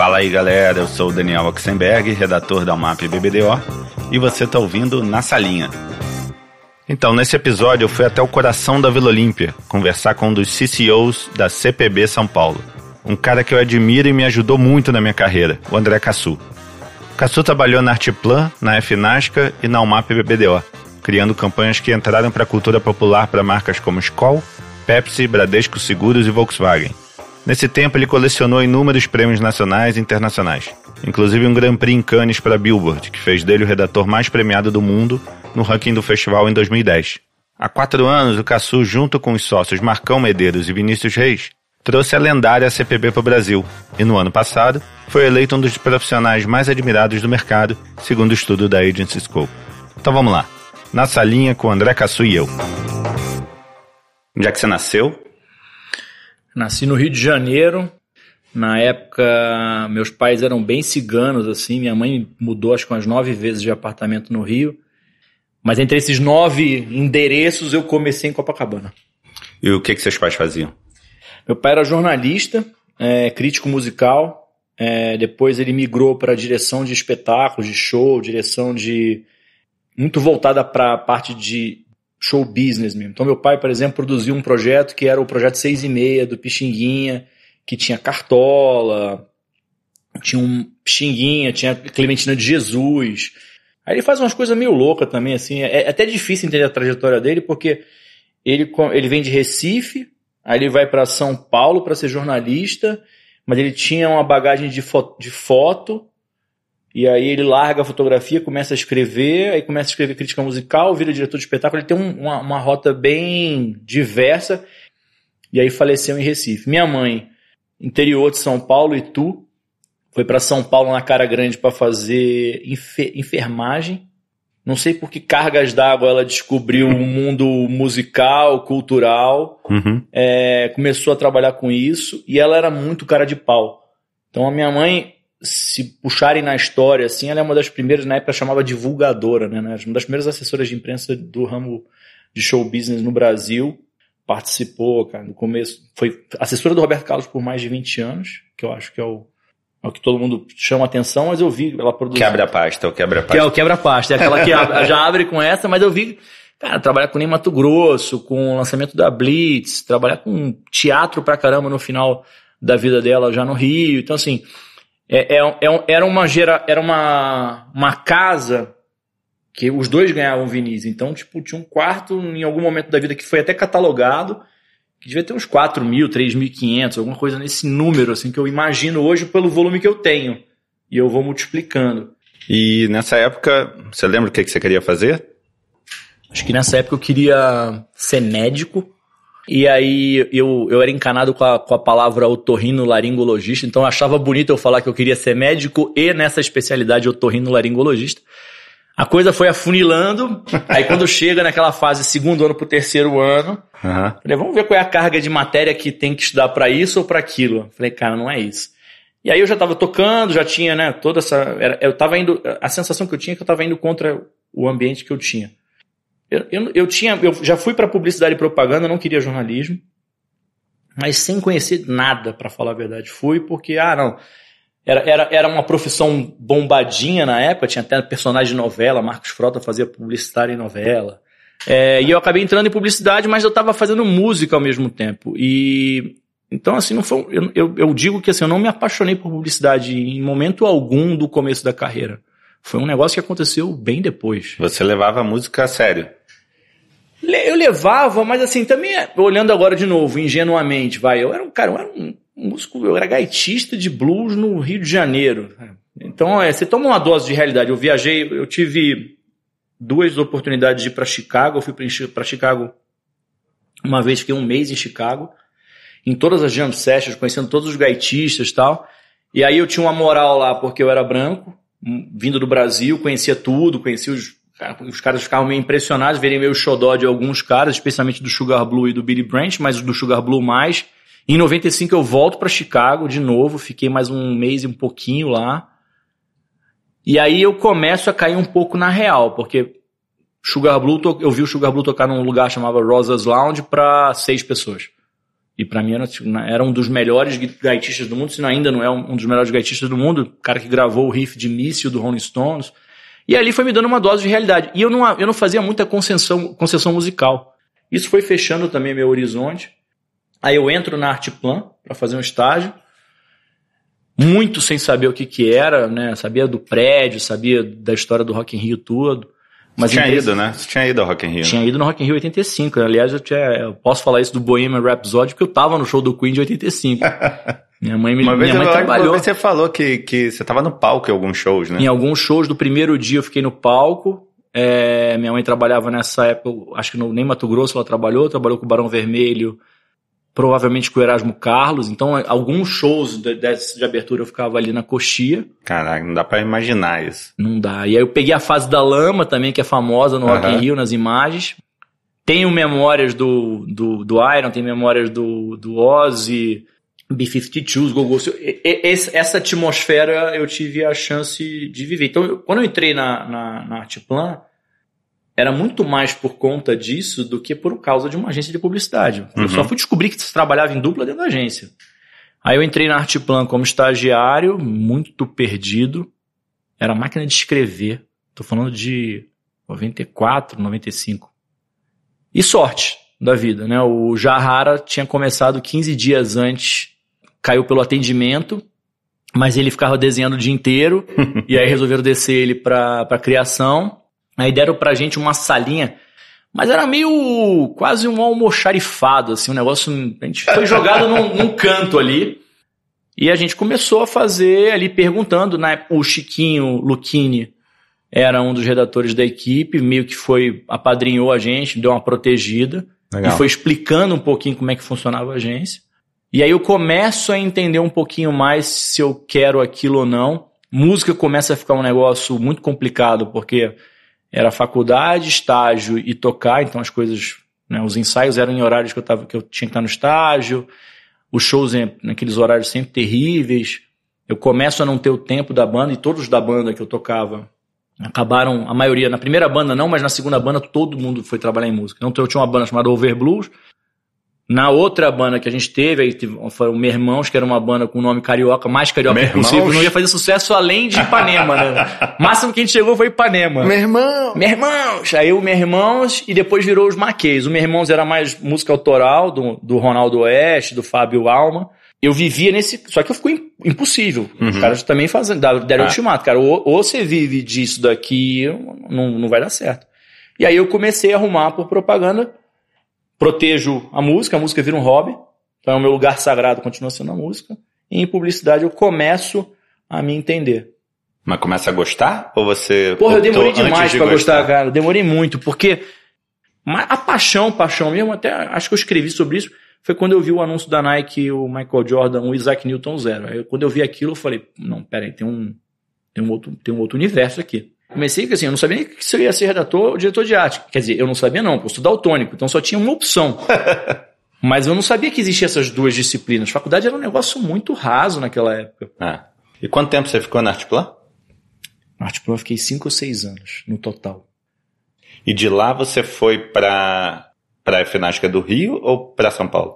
Fala aí, galera, eu sou o Daniel Oxenberg, redator da UMAP BBDO, e você tá ouvindo Na Salinha. Então, nesse episódio eu fui até o coração da Vila Olímpia conversar com um dos CCOs da CPB São Paulo. Um cara que eu admiro e me ajudou muito na minha carreira, o André Caçu. O Caçu trabalhou na Artplan, na FNASCA e na UMAP BBDO, criando campanhas que entraram para a cultura popular para marcas como Skol, Pepsi, Bradesco Seguros e Volkswagen. Nesse tempo ele colecionou inúmeros prêmios nacionais e internacionais, inclusive um Grand Prix em Cannes para Billboard, que fez dele o redator mais premiado do mundo no ranking do festival em 2010. Há 4 anos, o Caçu, junto com os sócios Marcão Medeiros e Vinícius Reis, trouxe a lendária CPB para o Brasil e, no ano passado, foi eleito um dos profissionais mais admirados do mercado, segundo o estudo da Agency Scope. Então vamos lá, Na Salinha com André Caçu e eu. Onde é que você nasceu? Nasci no Rio de Janeiro. Na época, meus pais eram bem ciganos, assim. Minha mãe mudou, acho que umas 9 vezes de apartamento no Rio. Mas entre esses 9 endereços, eu comecei em Copacabana. E o que seus pais faziam? Meu pai era jornalista, crítico musical. Depois ele migrou para direção de espetáculos, de show, direção de... muito voltada para a parte de show business mesmo. Então meu pai, por exemplo, produziu um projeto que era o projeto 6:30 do Pixinguinha, que tinha Cartola, tinha um Pixinguinha, tinha Clementina de Jesus. Aí ele faz umas coisas meio loucas também, assim. É até difícil entender a trajetória dele, porque ele vem de Recife, aí ele vai para São Paulo para ser jornalista, mas ele tinha uma bagagem de foto. E aí ele larga a fotografia, começa a escrever crítica musical, vira diretor de espetáculo. Ele tem uma rota bem diversa. E aí faleceu em Recife. Minha mãe, interior de São Paulo, Itu, foi para São Paulo na Cara Grande para fazer enfermagem. Não sei por que cargas d'água ela descobriu o mundo musical, cultural. Começou a trabalhar com isso. E ela era muito cara de pau. Então a minha mãe... se puxarem na história, assim, ela é uma das primeiras, na época chamava divulgadora, né? Uma das primeiras assessoras de imprensa do ramo de show business no Brasil. Participou, cara, no começo. Foi assessora do Roberto Carlos por mais de 20 anos, que eu acho que é o que todo mundo chama atenção, mas eu vi ela produzir. Quebra-pasta, o quebra-pasta. Que é o quebra-pasta, é aquela que já abre com essa, mas eu vi, cara, trabalhar com Ney Matogrosso, com o lançamento da Blitz, trabalhar com teatro pra caramba no final da vida dela já no Rio. Então, assim... Era uma casa que os dois ganhavam Vinícius. Então, tipo, tinha um quarto em algum momento da vida que foi até catalogado, que devia ter uns 4.000, 3.500, alguma coisa nesse número, assim, que eu imagino hoje pelo volume que eu tenho. E eu vou multiplicando. E nessa época, você lembra o que você queria fazer? Acho que nessa época eu queria ser médico. E aí eu era encanado com a palavra otorrinolaringologista, então eu achava bonito eu falar que eu queria ser médico e nessa especialidade otorrinolaringologista. A coisa foi afunilando, aí quando chega naquela fase 2º ano pro 3º ano, falei, vamos ver qual é a carga de matéria que tem que estudar para isso ou para aquilo. Falei, cara, não é isso. E aí eu já tava tocando, já tinha, né, toda essa... eu tava indo, a sensação que eu tinha é que eu tava indo contra o ambiente que eu tinha. Eu já fui para publicidade e propaganda, não queria jornalismo, mas sem conhecer nada, para falar a verdade. Fui porque, era uma profissão bombadinha na época, tinha até personagem de novela, Marcos Frota fazia publicitário em novela. E eu acabei entrando em publicidade, mas eu estava fazendo música ao mesmo tempo. E então, assim, não foi, eu digo que assim, eu não me apaixonei por publicidade em momento algum do começo da carreira. Foi um negócio que aconteceu bem depois. Você levava a música a sério? Eu levava, mas assim, também, olhando agora de novo, ingenuamente, eu era um músico, eu era gaitista de blues no Rio de Janeiro. Então, você toma uma dose de realidade. Eu tive 2 oportunidades de ir para Chicago, eu fui para Chicago uma vez, fiquei um mês em Chicago, em todas as jam sessions, conhecendo todos os gaitistas e tal, e aí eu tinha uma moral lá, porque eu era branco, vindo do Brasil, conhecia tudo, conhecia os caras ficavam meio impressionados, verem meio xodó de alguns caras, especialmente do Sugar Blue e do Billy Branch, mas do Sugar Blue mais. Em 95 eu volto para Chicago de novo, fiquei mais um mês e um pouquinho lá. E aí eu começo a cair um pouco na real, porque Sugar Blue, eu vi o Sugar Blue tocar num lugar chamado Rosas Lounge para 6 pessoas. E pra mim era um dos melhores gaitistas do mundo, se ainda não é um dos melhores gaitistas do mundo, o cara que gravou o riff de Míssil do Rolling Stones. E ali foi me dando uma dose de realidade. E eu não fazia muita concessão musical. Isso foi fechando também meu horizonte. Aí eu entro na Artplan para fazer um estágio, muito sem saber o que era, né? Sabia do prédio, sabia da história do Rock in Rio todo. Mas Você tinha ido, né? Você tinha ido ao Rock in Rio. Tinha ido no Rock in Rio 85. Aliás, eu posso falar isso do Bohemian Rhapsody porque eu tava no show do Queen de 85. Minha mãe trabalhou. Uma vez você falou que você tava no palco em alguns shows, né? Em alguns shows do primeiro dia eu fiquei no palco. Minha mãe trabalhava nessa época, acho que nem Mato Grosso ela trabalhou com o Barão Vermelho, provavelmente com o Erasmo Carlos. Então, alguns shows de abertura eu ficava ali na coxia. Caraca, não dá pra imaginar isso. Não dá. E aí eu peguei a fase da Lama também, que é famosa no Rock in Rio, nas imagens. Tenho memórias do Iron, tenho memórias do Ozzy, B-52s, Go-Go. Essa atmosfera eu tive a chance de viver. Então, quando eu entrei na Artplan, era muito mais por conta disso do que por causa de uma agência de publicidade. Eu só fui descobrir que se trabalhava em dupla dentro da agência. Aí eu entrei na Artplan como estagiário, muito perdido. Era máquina de escrever. Tô falando de 94, 95. E sorte da vida, né? O Jahara tinha começado 15 dias antes, caiu pelo atendimento, mas ele ficava desenhando o dia inteiro, e aí resolveram descer ele pra criação. Aí deram pra gente uma salinha, mas era meio quase um almoxarifado, assim, um negócio. A gente foi jogado num canto ali. E a gente começou a fazer ali perguntando, né? O Chiquinho Lucchini era um dos redatores da equipe, meio que apadrinhou a gente, deu uma protegida. Legal. E foi explicando um pouquinho como é que funcionava a agência. E aí eu começo a entender um pouquinho mais se eu quero aquilo ou não. Música começa a ficar um negócio muito complicado, porque era faculdade, estágio e tocar, então as coisas, né, os ensaios eram em horários que eu tinha que estar no estágio, os shows naqueles horários sempre terríveis. Eu começo a não ter o tempo da banda, e todos da banda que eu tocava acabaram, a maioria, na primeira banda não, mas na segunda banda todo mundo foi trabalhar em música. Então eu tinha uma banda chamada Over Blues. Na outra banda que a gente teve, foram o Mermãos, que era uma banda com o nome carioca, mais carioca possível, não ia fazer sucesso além de Ipanema, né? O máximo que a gente chegou foi Ipanema. Mermãos! Aí o Mermãos, e depois virou os Maquês. O Mermãos era mais música autoral, do Ronaldo Oeste, do Fábio Alma. Eu vivia nesse... Só que eu ficou impossível. Os caras também deram ultimato. Cara, ou você vive disso daqui, não vai dar certo. E aí eu comecei a arrumar por propaganda. Protejo a música vira um hobby, então o meu lugar sagrado continua sendo a música, e em publicidade eu começo a me entender. Mas começa a gostar? Ou você... Porra, eu demorei demais pra gostar, cara, demorei muito, porque a paixão mesmo, até acho que eu escrevi sobre isso, foi quando eu vi o anúncio da Nike, o Michael Jordan, o Isaac Newton 0. Aí, quando eu vi aquilo, eu falei, não, peraí, tem um outro universo aqui. Comecei que assim, eu não sabia nem se eu ia ser redator ou diretor de arte. Quer dizer, eu não sabia não, porque eu sou daltônico, então só tinha uma opção. Mas eu não sabia que existiam essas duas disciplinas. Faculdade era um negócio muito raso naquela época. E quanto tempo você ficou na Artplan? Na Artplan eu fiquei 5 ou 6 anos, no total. E de lá você foi pra FNASCA do Rio ou pra São Paulo?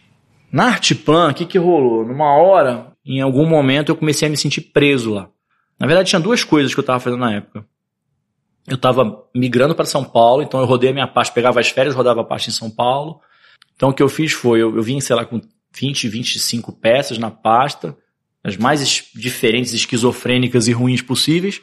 Na Artplan, o que rolou? Numa hora, em algum momento, eu comecei a me sentir preso lá. Na verdade, tinha duas coisas que eu estava fazendo na época. Eu estava migrando para São Paulo, então eu rodei a minha pasta, pegava as férias, rodava a pasta em São Paulo. Então o que eu fiz foi, eu vim, sei lá, com 20, 25 peças na pasta, as mais diferentes, esquizofrênicas e ruins possíveis.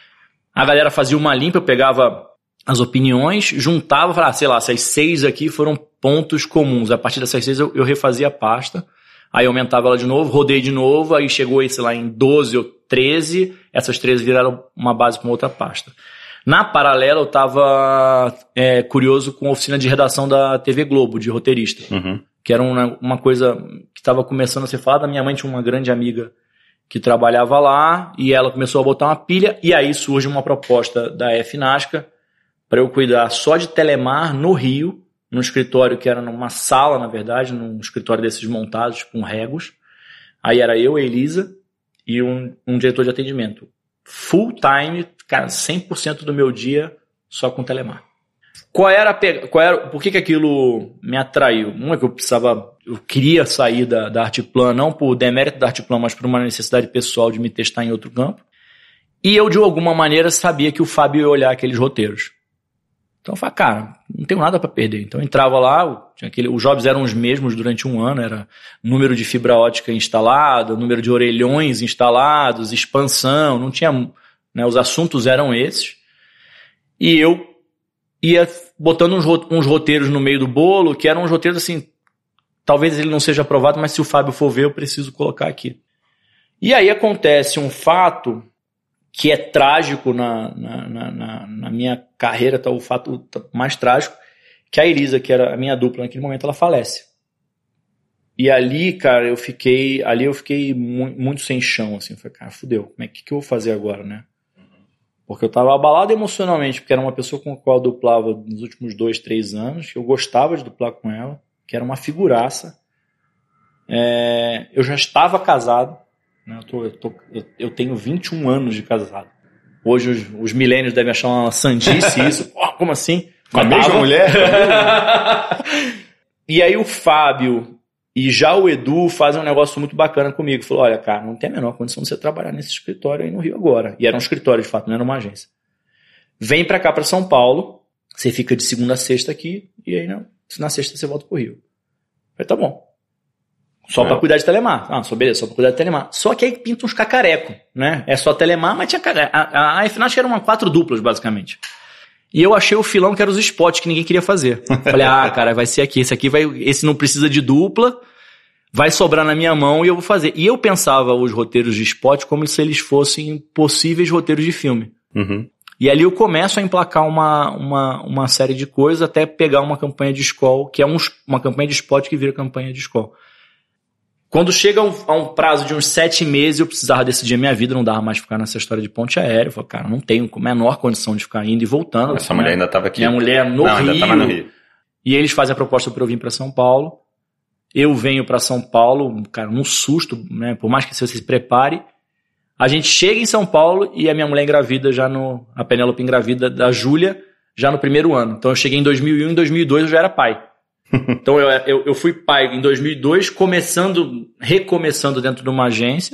A galera fazia uma limpa, eu pegava as opiniões, juntava, falava, sei lá, essas 6 aqui foram pontos comuns. A partir dessas 6 eu refazia a pasta. Aí aumentava ela de novo, rodei de novo, aí chegou aí, sei lá, em 12 ou 13, essas 13 viraram uma base para uma outra pasta. Na paralela, eu estava curioso com a oficina de redação da TV Globo, de roteirista, que era uma coisa que estava começando a ser falada. Minha mãe tinha uma grande amiga que trabalhava lá, e ela começou a botar uma pilha, e aí surge uma proposta da FNASCA para eu cuidar só de Telemar no Rio, num escritório que era numa sala, na verdade, num escritório desses montados com regos. Aí era eu, a Elisa e um diretor de atendimento. Full time, cara, 100% do meu dia só com Telemar. Por que aquilo me atraiu? Uma é que eu queria sair da Arteplan, não por demérito da Arteplan, mas por uma necessidade pessoal de me testar em outro campo. E eu, de alguma maneira, sabia que o Fábio ia olhar aqueles roteiros. Então eu falei, cara, não tenho nada para perder. Então eu entrava lá, os jobs eram os mesmos durante um ano, era número de fibra ótica instalado, número de orelhões instalados, expansão, não tinha, né, os assuntos eram esses. E eu ia botando uns roteiros no meio do bolo, que eram uns roteiros assim, talvez ele não seja aprovado, mas se o Fábio for ver, eu preciso colocar aqui. E aí acontece um fato que é trágico na minha carreira, tá, o fato mais trágico, que a Elisa, que era a minha dupla naquele momento, ela falece. E ali, cara, eu fiquei muito sem chão, assim, falei, cara, fudeu, como é que eu vou fazer agora, né? Porque eu tava abalado emocionalmente, porque era uma pessoa com a qual eu duplava nos últimos 2, 3 anos, que eu gostava de duplar com ela, que era uma figuraça. Eu já estava casado, né? Eu tenho 21 anos de casado. Hoje os milênios devem achar uma sandice isso. Pô, como assim? Com a mesma mulher? E aí o Fábio e já o Edu fazem um negócio muito bacana comigo. Falou, olha, cara, não tem a menor condição de você trabalhar nesse escritório aí no Rio agora. E era um escritório, de fato, não era uma agência. Vem pra cá, pra São Paulo, você fica de segunda a sexta aqui, e aí na sexta você volta pro Rio. Eu falei, tá bom. Só pra cuidar de Telemar. Beleza, só pra cuidar de Telemar. Só que aí pinta uns cacareco, né? É só Telemar, mas tinha cacareco. A FNAC era 4 duplas, basicamente. E eu achei o filão que era os spots que ninguém queria fazer. Falei, cara, vai ser aqui. Esse não precisa de dupla, vai sobrar na minha mão e eu vou fazer. E eu pensava os roteiros de spot como se eles fossem possíveis roteiros de filme. Uhum. E ali eu começo a emplacar uma série de coisas até pegar uma campanha de escola, que é uma campanha de spot que vira campanha de escola. Quando chega a um prazo de uns 7 meses, eu precisava decidir a minha vida, não dava mais ficar nessa história de ponte aérea. Eu falei, cara, não tenho a menor condição de ficar indo e voltando. Essa mulher ainda estava aqui. Minha mulher no Rio. Ainda estava no Rio. E eles fazem a proposta para eu vir para São Paulo. Eu venho para São Paulo, cara, num susto, né? Por mais que você se prepare. A gente chega em São Paulo e a minha mulher engravida a Penélope engravida da Júlia já no primeiro ano. Então eu cheguei em 2001, em 2002 eu já era pai. Então eu fui pai em 2002, recomeçando dentro de uma agência,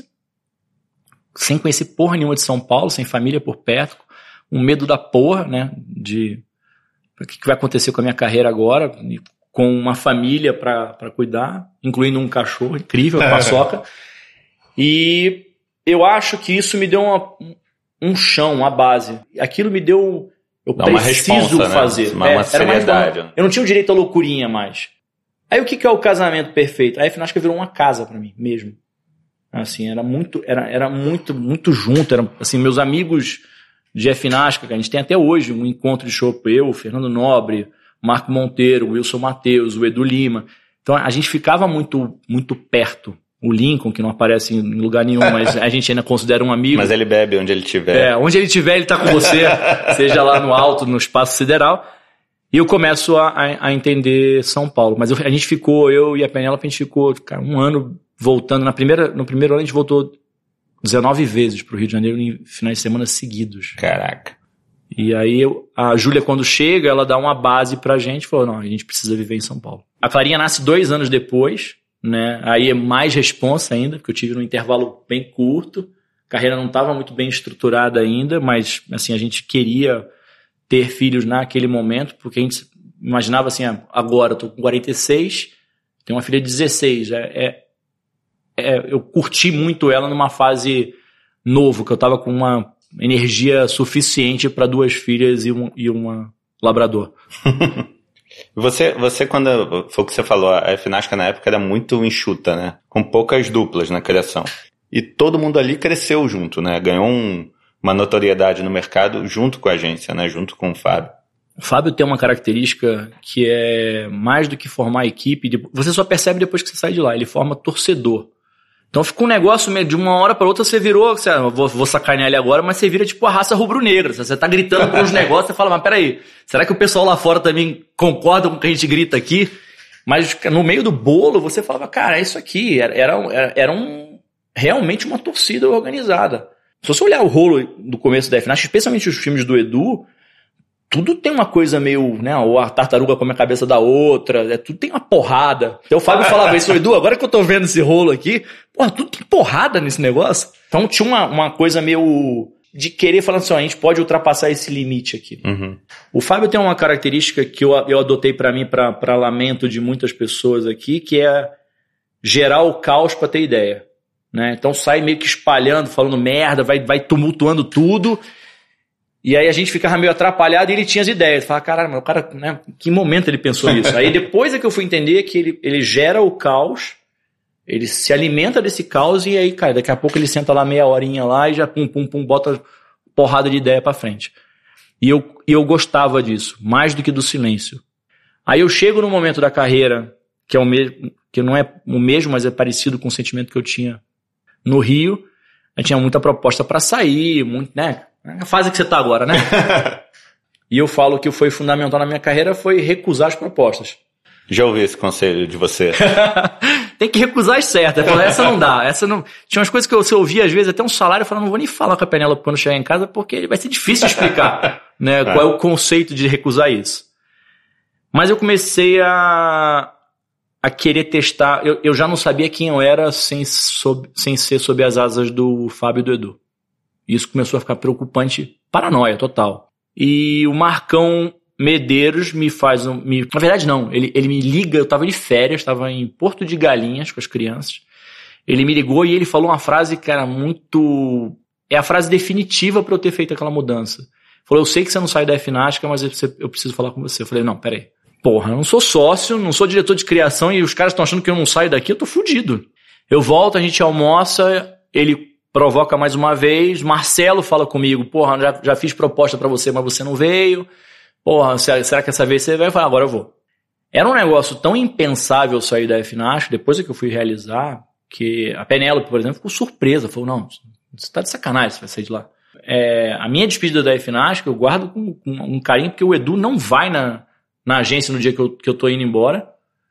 sem conhecer porra nenhuma de São Paulo, sem família por perto, um medo da porra, né, de o que vai acontecer com a minha carreira agora, com uma família para cuidar, incluindo um cachorro incrível, paçoca. E eu acho que isso me deu um chão, uma base. Aquilo me deu... Eu preciso fazer. Né? Uma seriedade. Eu não tinha o direito à loucurinha mais. Aí o que é o casamento perfeito? A FNAC virou uma casa pra mim, mesmo. Assim, era muito junto. Era, assim, meus amigos de FNAC, que a gente tem até hoje um encontro de show, eu, Fernando Nobre, Marco Monteiro, Wilson Matheus, o Edu Lima. Então a gente ficava muito, muito perto. O Lincoln, que não aparece em lugar nenhum, mas a gente ainda considera um amigo. Mas ele bebe onde ele estiver. Onde ele estiver, ele tá com você, seja lá no alto, no espaço sideral. E eu começo a entender São Paulo. Mas a gente ficou, eu e a Penélope, a gente ficou, cara, um ano voltando. No primeiro ano a gente voltou 19 vezes pro Rio de Janeiro em finais de semana seguidos. Caraca. E aí a Júlia, quando chega, ela dá uma base pra gente, falou, não, a gente precisa viver em São Paulo. A Clarinha nasce 2 anos depois, né? Aí é mais responsa ainda, porque eu tive num intervalo bem curto, a carreira não estava muito bem estruturada ainda, mas assim, a gente queria ter filhos naquele momento, porque a gente imaginava assim, agora eu tô com 46, tenho uma filha de 16, eu curti muito ela numa fase novo, que eu estava com uma energia suficiente para 2 filhas e uma labrador. Você, quando foi o que você falou, a FNAC na época era muito enxuta, né? Com poucas duplas na criação. E todo mundo ali cresceu junto, né? Ganhou uma notoriedade no mercado junto com a agência, né? Junto com o Fábio. O Fábio tem uma característica que é mais do que formar equipe. Você só percebe depois que você sai de lá. Ele forma torcedor. Então fica um negócio meio de uma hora para outra, você virou, vou sacanear ele agora, mas você vira tipo a raça rubro-negra. Você tá gritando por uns negócios, você fala, mas peraí, será que o pessoal lá fora também concorda com o que a gente grita aqui? Mas no meio do bolo, você falava, cara, é isso aqui. Era realmente uma torcida organizada. Se você olhar o rolo do começo da FNAC, especialmente os filmes do Edu, tudo tem uma coisa meio, né, ou a tartaruga come a cabeça da outra, tudo tem uma porrada. Então o Fábio falava isso, Edu, agora que eu tô vendo esse rolo aqui, porra, tudo tem porrada nesse negócio. Então tinha uma coisa meio de querer falar assim, ó, a gente pode ultrapassar esse limite aqui. Uhum. O Fábio tem uma característica que eu adotei pra mim, pra lamento de muitas pessoas aqui, que é gerar o caos pra ter ideia. Né? Então sai meio que espalhando, falando merda, vai tumultuando tudo. E aí a gente ficava meio atrapalhado e ele tinha as ideias. Fala, caralho, o cara, né, que momento ele pensou isso? Aí depois é que eu fui entender que ele gera o caos, ele se alimenta desse caos e aí, cara, daqui a pouco ele senta lá meia horinha lá e já bota porrada de ideia pra frente. E eu gostava disso, mais do que do silêncio. Aí eu chego no momento da carreira, que é o mesmo, que não é o mesmo, mas é parecido com o sentimento que eu tinha no Rio. Eu tinha muita proposta pra sair, muito, né? A fase que você tá agora, né? E eu falo que foi fundamental na minha carreira foi recusar as propostas. Já ouvi esse conselho de você. Tem que recusar as certas. Essa não dá. Essa não... Tinha umas coisas que você ouvia, às vezes, até um salário, eu falava, não vou nem falar com a Penélope quando chegar em casa, porque vai ser difícil explicar, né, qual é o conceito de recusar isso. Mas eu comecei a querer testar. Eu já não sabia quem eu era sem ser sob as asas do Fábio e do Edu. Isso começou a ficar preocupante, paranoia total. E o Marcão Medeiros me faz... na verdade, não. Ele me liga, eu estava de férias, estava em Porto de Galinhas com as crianças. Ele me ligou e ele falou uma frase que era muito... É a frase definitiva para eu ter feito aquela mudança. Falou, eu sei que você não sai da FNASCA, mas eu preciso falar com você. Eu falei, não, peraí. Porra, eu não sou sócio, não sou diretor de criação e os caras estão achando que eu não saio daqui, eu tô fudido. Eu volto, a gente almoça, ele provoca mais uma vez, Marcelo fala comigo, porra, já fiz proposta pra você, mas você não veio, porra, será que essa vez você vai? Eu falo, agora eu vou. Era um negócio tão impensável sair da FNASCA, depois é que eu fui realizar, que a Penélope, por exemplo, ficou surpresa, falou, não, você tá de sacanagem, você vai sair de lá. A minha despedida da FNASCA eu guardo com um carinho, porque o Edu não vai na agência no dia que eu tô indo embora.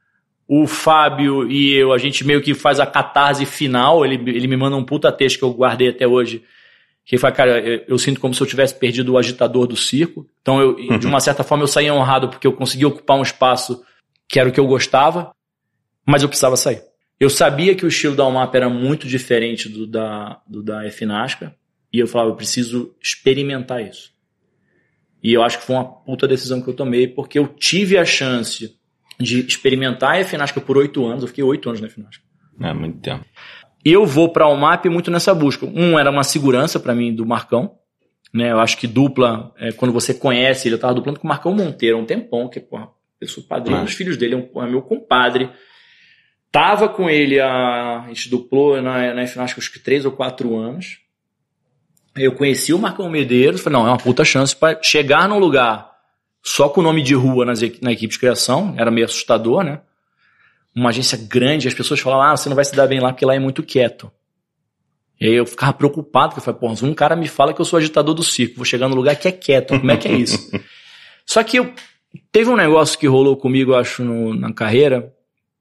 O Fábio e eu, a gente meio que faz a catarse final, ele me manda um puta texto que eu guardei até hoje, que ele fala, cara, eu sinto como se eu tivesse perdido o agitador do circo. Então, de uma certa forma, eu saí honrado porque eu consegui ocupar um espaço que era o que eu gostava, mas eu precisava sair. Eu sabia que o estilo da UMAP era muito diferente do da FNASCA, e eu falava, eu preciso experimentar isso. E eu acho que foi uma puta decisão que eu tomei, porque eu tive a chance de experimentar a FNASCA por 8 anos. Eu fiquei 8 anos na FNASCA. É, muito tempo. E eu vou pra UMAP muito nessa busca. Era uma segurança pra mim do Marcão. Né? Eu acho que dupla, quando você conhece ele, eu tava duplando com o Marcão Monteiro há um tempão, que porra, eu sou padrinho dos filhos dele, é meu compadre. Tava com ele, a gente duplou na FNASCA acho que 3 ou 4 anos. Eu conheci o Marcão Medeiros, falei, não, é uma puta chance pra chegar num lugar só com o nome de rua na equipe de criação, era meio assustador, né? Uma agência grande, as pessoas falavam, você não vai se dar bem lá porque lá é muito quieto. E aí eu ficava preocupado, porque eu falei, porra, um cara me fala que eu sou agitador do circo, vou chegar num lugar que é quieto, como é que é isso? Só que teve um negócio que rolou comigo, eu acho, na carreira,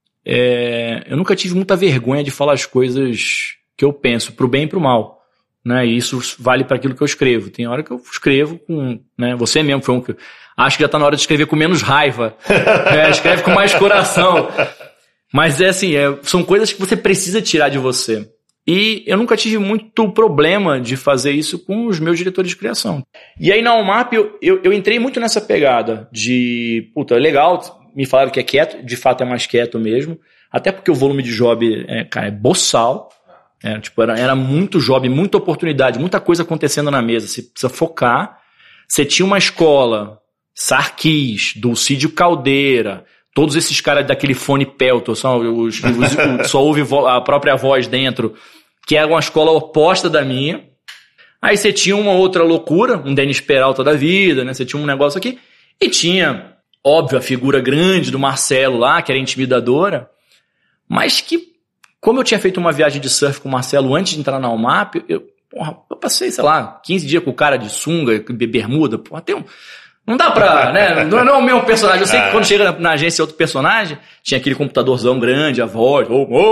eu nunca tive muita vergonha de falar as coisas que eu penso, pro bem e pro mal. Né? E isso vale para aquilo que eu escrevo. Tem hora que eu escrevo com... Né? Você mesmo foi um que... Acho que já está na hora de escrever com menos raiva. Escreve com mais coração. Mas são coisas que você precisa tirar de você. E eu nunca tive muito problema de fazer isso com os meus diretores de criação. E aí na UMAP eu entrei muito nessa pegada de... Puta, legal, me falaram que é quieto. De fato é mais quieto mesmo. Até porque o volume de job é boçal. Era muito job, muita oportunidade, muita coisa acontecendo na mesa. Você precisa focar. Você tinha uma escola, Sarkis, Dulcídio Caldeira, todos esses caras daquele fone Pelton, só ouve a própria voz dentro, que era uma escola oposta da minha. Aí você tinha uma outra loucura, um Denis Peralta da vida, né? Você tinha um negócio aqui. E tinha, óbvio, a figura grande do Marcelo lá, que era intimidadora, mas que, como eu tinha feito uma viagem de surf com o Marcelo antes de entrar na UMAP, eu passei, 15 dias com o cara de sunga, bermuda, não dá pra, né? Não é o mesmo personagem. Eu sei que quando chega na agência outro personagem, tinha aquele computadorzão grande, a voz,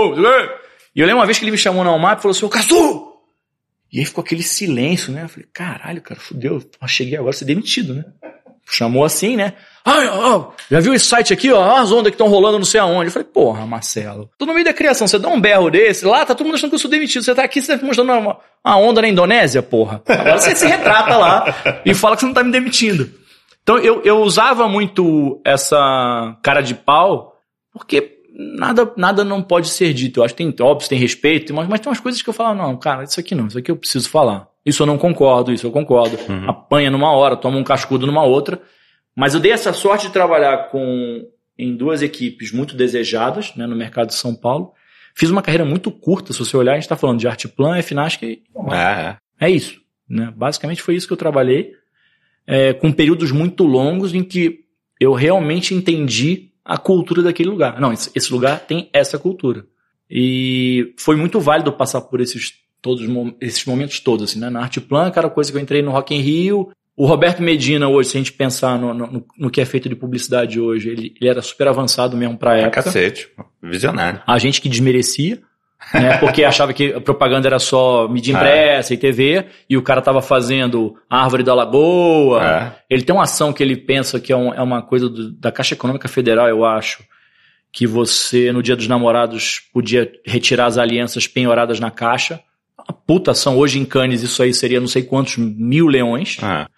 e eu lembro uma vez que ele me chamou na UMAP e falou assim, ô Caçu! E aí ficou aquele silêncio, né? Eu falei, caralho, cara, fudeu, cheguei agora a ser demitido, né? chamou assim, né? Já viu esse site aqui, ó? As ondas que estão rolando não sei aonde. Eu falei, porra, Marcelo, tô no meio da criação, você dá um berro desse, lá tá todo mundo achando que eu sou demitido. Você tá aqui, você tá mostrando uma onda na Indonésia, porra. Agora você se retrata lá e fala que você não tá me demitindo. Então eu usava muito essa cara de pau, porque nada não pode ser dito. Eu acho que óbvio, tem respeito, mas tem umas coisas que eu falo, não, cara, isso aqui não, isso aqui eu preciso falar. Isso eu não concordo, isso eu concordo. Apanha numa hora, toma um cascudo numa outra. Mas eu dei essa sorte de trabalhar em 2 equipes muito desejadas, né, no mercado de São Paulo. Fiz uma carreira muito curta, se você olhar, a gente está falando de Arteplan, FNASC e... É isso. Né? Basicamente foi isso que eu trabalhei, com períodos muito longos em que eu realmente entendi a cultura daquele lugar. Não, esse lugar tem essa cultura. E foi muito válido passar por esses momentos todos. Assim, né? Na Arteplan, cara, coisa que eu entrei no Rock in Rio... O Roberto Medina hoje, se a gente pensar no que é feito de publicidade hoje, ele era super avançado mesmo pra época. Cacete, visionário. A gente que desmerecia, né, porque achava que a propaganda era só mídia impressa e TV, e o cara tava fazendo Árvore da Lagoa. Ele tem uma ação que ele pensa que é uma coisa da Caixa Econômica Federal, eu acho, que você, no Dia dos Namorados, podia retirar as alianças penhoradas na caixa. A puta ação, hoje em Cannes isso aí seria não sei quantos mil leões.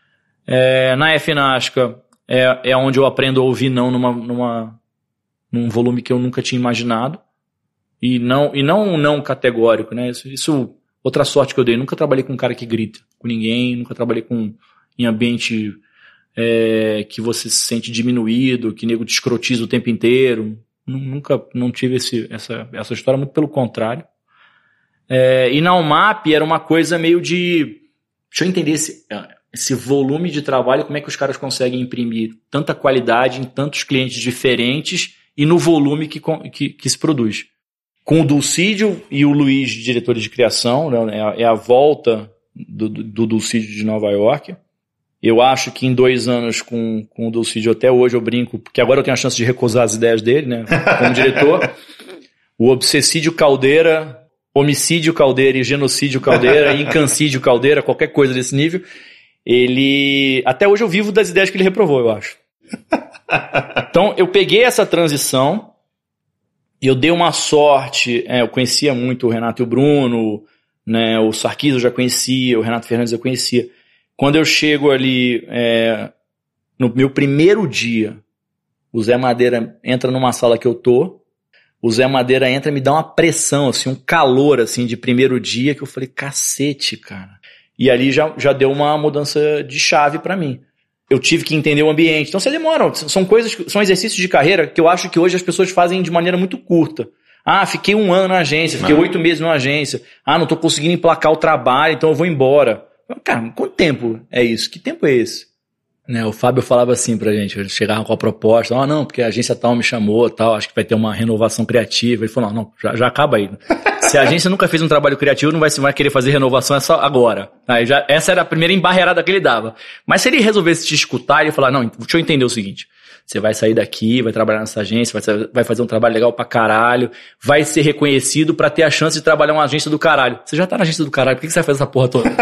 Na FNASCA é onde eu aprendo a ouvir não num volume que eu nunca tinha imaginado. E não categórico, né? Isso outra sorte que eu dei. Nunca trabalhei com um cara que grita com ninguém, nunca trabalhei em ambiente que você se sente diminuído, que nego te escrotiza o tempo inteiro. Não tive essa história, muito pelo contrário. E na UMAP era uma coisa meio de... Deixa eu entender esse volume de trabalho, como é que os caras conseguem imprimir tanta qualidade em tantos clientes diferentes e no volume que se produz. Com o Dulcídio e o Luiz, diretores de criação, né, é a volta do Dulcídio de Nova York. Eu acho que em 2 anos com o Dulcídio, até hoje eu brinco, porque agora eu tenho a chance de recusar as ideias dele, né, como diretor. O Obsessídio Caldeira, Homicídio Caldeira e Genocídio Caldeira, Incancídio Caldeira, qualquer coisa desse nível. Até hoje eu vivo das ideias que ele reprovou, eu acho. Então, eu peguei essa transição e eu dei uma sorte. Eu conhecia muito o Renato e o Bruno, né, o Sarkis eu já conhecia, o Renato Fernandes eu conhecia. Quando eu chego ali, no meu primeiro dia, o Zé Madeira entra numa sala que eu tô, o Zé Madeira entra e me dá uma pressão, assim, um calor assim, de primeiro dia, que eu falei, cacete, cara. E ali já deu uma mudança de chave pra mim. Eu tive que entender o ambiente. Então você demora. São exercícios de carreira que eu acho que hoje as pessoas fazem de maneira muito curta. Fiquei 1 ano na agência, fiquei 8 meses na agência. Não tô conseguindo emplacar o trabalho, então eu vou embora. Cara, quanto tempo é isso? Que tempo é esse? Né, o Fábio falava assim pra gente, ele chegava com a proposta, não, porque a agência tal me chamou, tal, acho que vai ter uma renovação criativa. Ele falou, não, já acaba aí. Se a agência nunca fez um trabalho criativo, não vai querer fazer renovação, é só agora. Essa era a primeira embarreirada que ele dava. Mas se ele resolvesse te escutar, ele ia falar, não, deixa eu entender o seguinte, você vai sair daqui, vai trabalhar nessa agência, vai fazer um trabalho legal pra caralho, vai ser reconhecido pra ter a chance de trabalhar uma agência do caralho. Você já tá na agência do caralho, por que você vai fazer essa porra toda?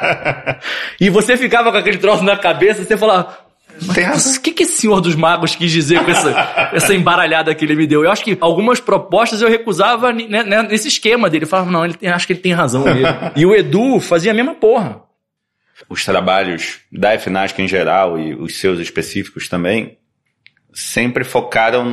E você ficava com aquele troço na cabeça, você falava, mas o que esse senhor dos magos quis dizer com essa embaralhada que ele me deu? Eu acho que algumas propostas eu recusava nesse esquema dele. Eu falava, não, acho que ele tem razão mesmo. E o Edu fazia a mesma porra. Os trabalhos da FNASC em geral e os seus específicos também sempre focaram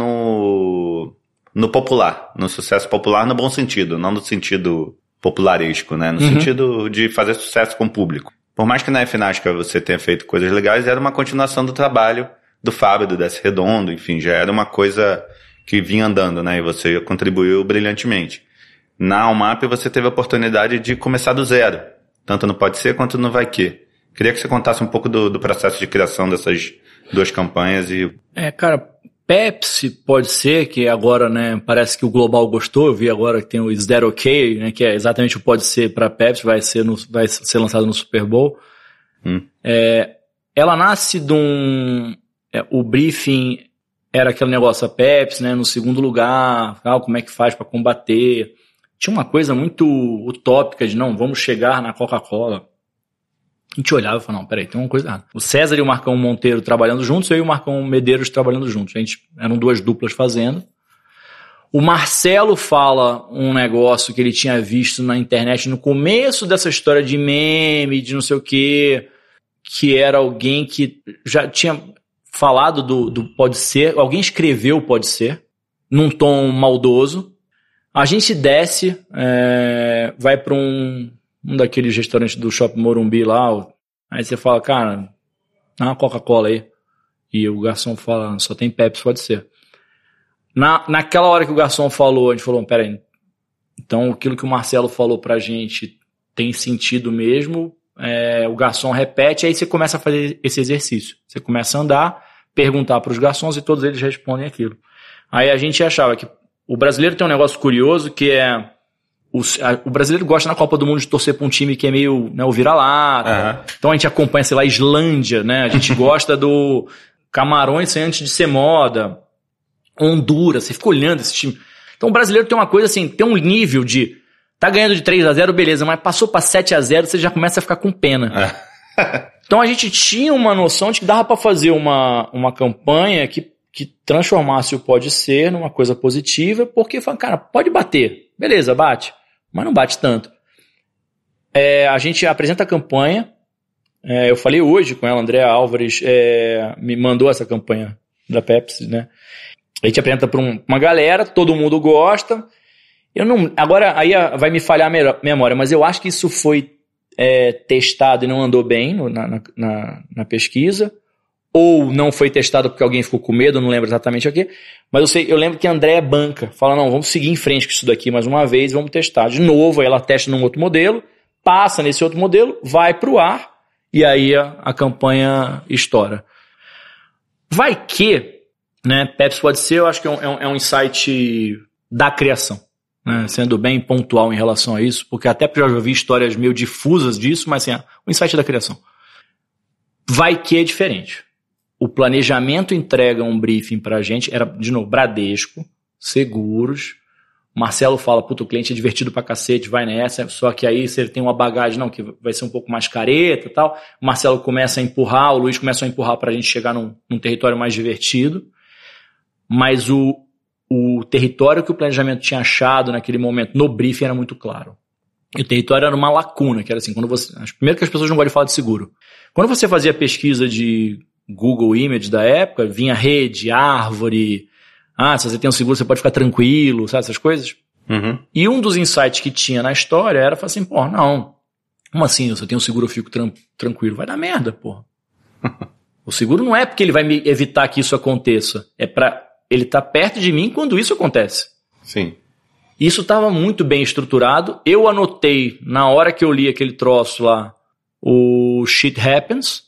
no popular, no sucesso popular no bom sentido, não no sentido popularesco, né? No sentido de fazer sucesso com o público. Por mais que na FNASC você tenha feito coisas legais, era uma continuação do trabalho do Fábio, do Desce Redondo, enfim, já era uma coisa que vinha andando, né? E você contribuiu brilhantemente. Na UMAP você teve a oportunidade de começar do zero, tanto no Pode Ser quanto no Vai Que. Queria que você contasse um pouco do processo de criação dessas 2 campanhas e... Cara, Pepsi pode ser, que agora, né, parece que o Global gostou, eu vi agora que tem o Is That Okay, né, que é exatamente o Pode Ser para Pepsi, vai ser lançado no Super Bowl. Ela nasce de o briefing era aquele negócio, a Pepsi, né, no segundo lugar, como é que faz para combater. Tinha uma coisa muito utópica de, não, vamos chegar na Coca-Cola. A gente olhava e falava, não, peraí, tem uma coisa errada. O César e o Marcão Monteiro trabalhando juntos, eu e o Marcão Medeiros trabalhando juntos. Eram 2 duplas fazendo. O Marcelo fala um negócio que ele tinha visto na internet no começo dessa história de meme, de não sei o quê, que era alguém que já tinha falado do pode ser, alguém escreveu pode ser, num tom maldoso. A gente desce, vai para um daqueles restaurantes do Shopping Morumbi lá, aí você fala, cara, dá uma Coca-Cola aí. E o garçom fala, só tem Pepsi, pode ser. Naquela hora que o garçom falou, a gente falou, peraí, então aquilo que o Marcelo falou pra gente tem sentido mesmo, o garçom repete, aí você começa a fazer esse exercício. Você começa a andar, perguntar pros garçons e todos eles respondem aquilo. Aí a gente achava que o brasileiro tem um negócio curioso que é... O brasileiro gosta na Copa do Mundo de torcer pra um time que é meio, né, o vira-lata. Então a gente acompanha, sei lá, Islândia, né? A gente gosta do Camarões sem antes de ser moda. Honduras, você fica olhando esse time. Então o brasileiro tem uma coisa assim, tem um nível de... Tá ganhando de 3-0, beleza, mas passou pra 7-0, você já começa a ficar com pena. Então a gente tinha uma noção de que dava pra fazer uma campanha que transformasse o pode ser numa coisa positiva, porque fala, cara, pode bater. Beleza, bate, mas não bate tanto. A gente apresenta a campanha, eu falei hoje com ela, Andréa Álvares me mandou essa campanha da Pepsi, né? A gente apresenta para uma galera, todo mundo gosta. Agora aí vai me falhar a memória, mas eu acho que isso foi testado e não andou bem na pesquisa, ou não foi testado porque alguém ficou com medo, não lembro exatamente o quê, mas eu lembro que a Andréa banca, fala, não, vamos seguir em frente com isso daqui mais uma vez, vamos testar de novo, aí ela testa num outro modelo, passa nesse outro modelo, vai pro ar, e aí a campanha estoura. Vai que, né, Pepsi pode ser, eu acho que é um insight da criação, né, sendo bem pontual em relação a isso, porque até porque eu já ouvi histórias meio difusas disso, mas assim, o insight da criação. Vai que é diferente. O planejamento entrega um briefing pra gente, era, de novo, Bradesco, seguros. Marcelo fala, puta, o cliente é divertido pra cacete, vai nessa, só que aí você tem uma bagagem, não, que vai ser um pouco mais careta e tal. O Marcelo começa a empurrar, o Luiz começa a empurrar pra gente chegar num território mais divertido. Mas o território que o planejamento tinha achado naquele momento, no briefing, era muito claro. E o território era uma lacuna, que era assim, primeiro que as pessoas não gostam de falar de seguro. Quando você fazia pesquisa de Google Images da época, vinha rede, árvore, se você tem um seguro você pode ficar tranquilo, sabe, essas coisas. Uhum. E um dos insights que tinha na história era, assim, não, como assim, se eu tenho um seguro eu fico tranquilo? Vai dar merda, porra. O seguro não é porque ele vai me evitar que isso aconteça, é pra ele estar perto de mim quando isso acontece. Sim. Isso estava muito bem estruturado, eu anotei, na hora que eu li aquele troço lá, o Shit Happens,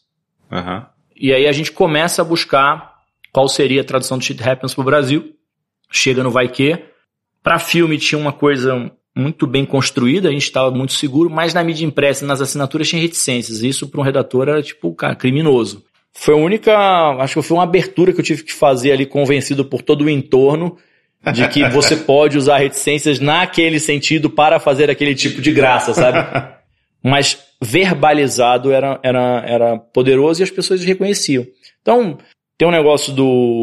e aí a gente começa a buscar qual seria a tradução de Shit Happens para o Brasil. Chega no Vai Que. Para filme tinha uma coisa muito bem construída, a gente estava muito seguro, mas na mídia impressa, nas assinaturas, tinha reticências. Isso para um redator era tipo, cara, criminoso. Foi a única, acho que foi uma abertura que eu tive que fazer ali, convencido por todo o entorno, de que você pode usar reticências naquele sentido para fazer aquele tipo de graça, sabe? Mas verbalizado era poderoso e as pessoas reconheciam. Então, tem um negócio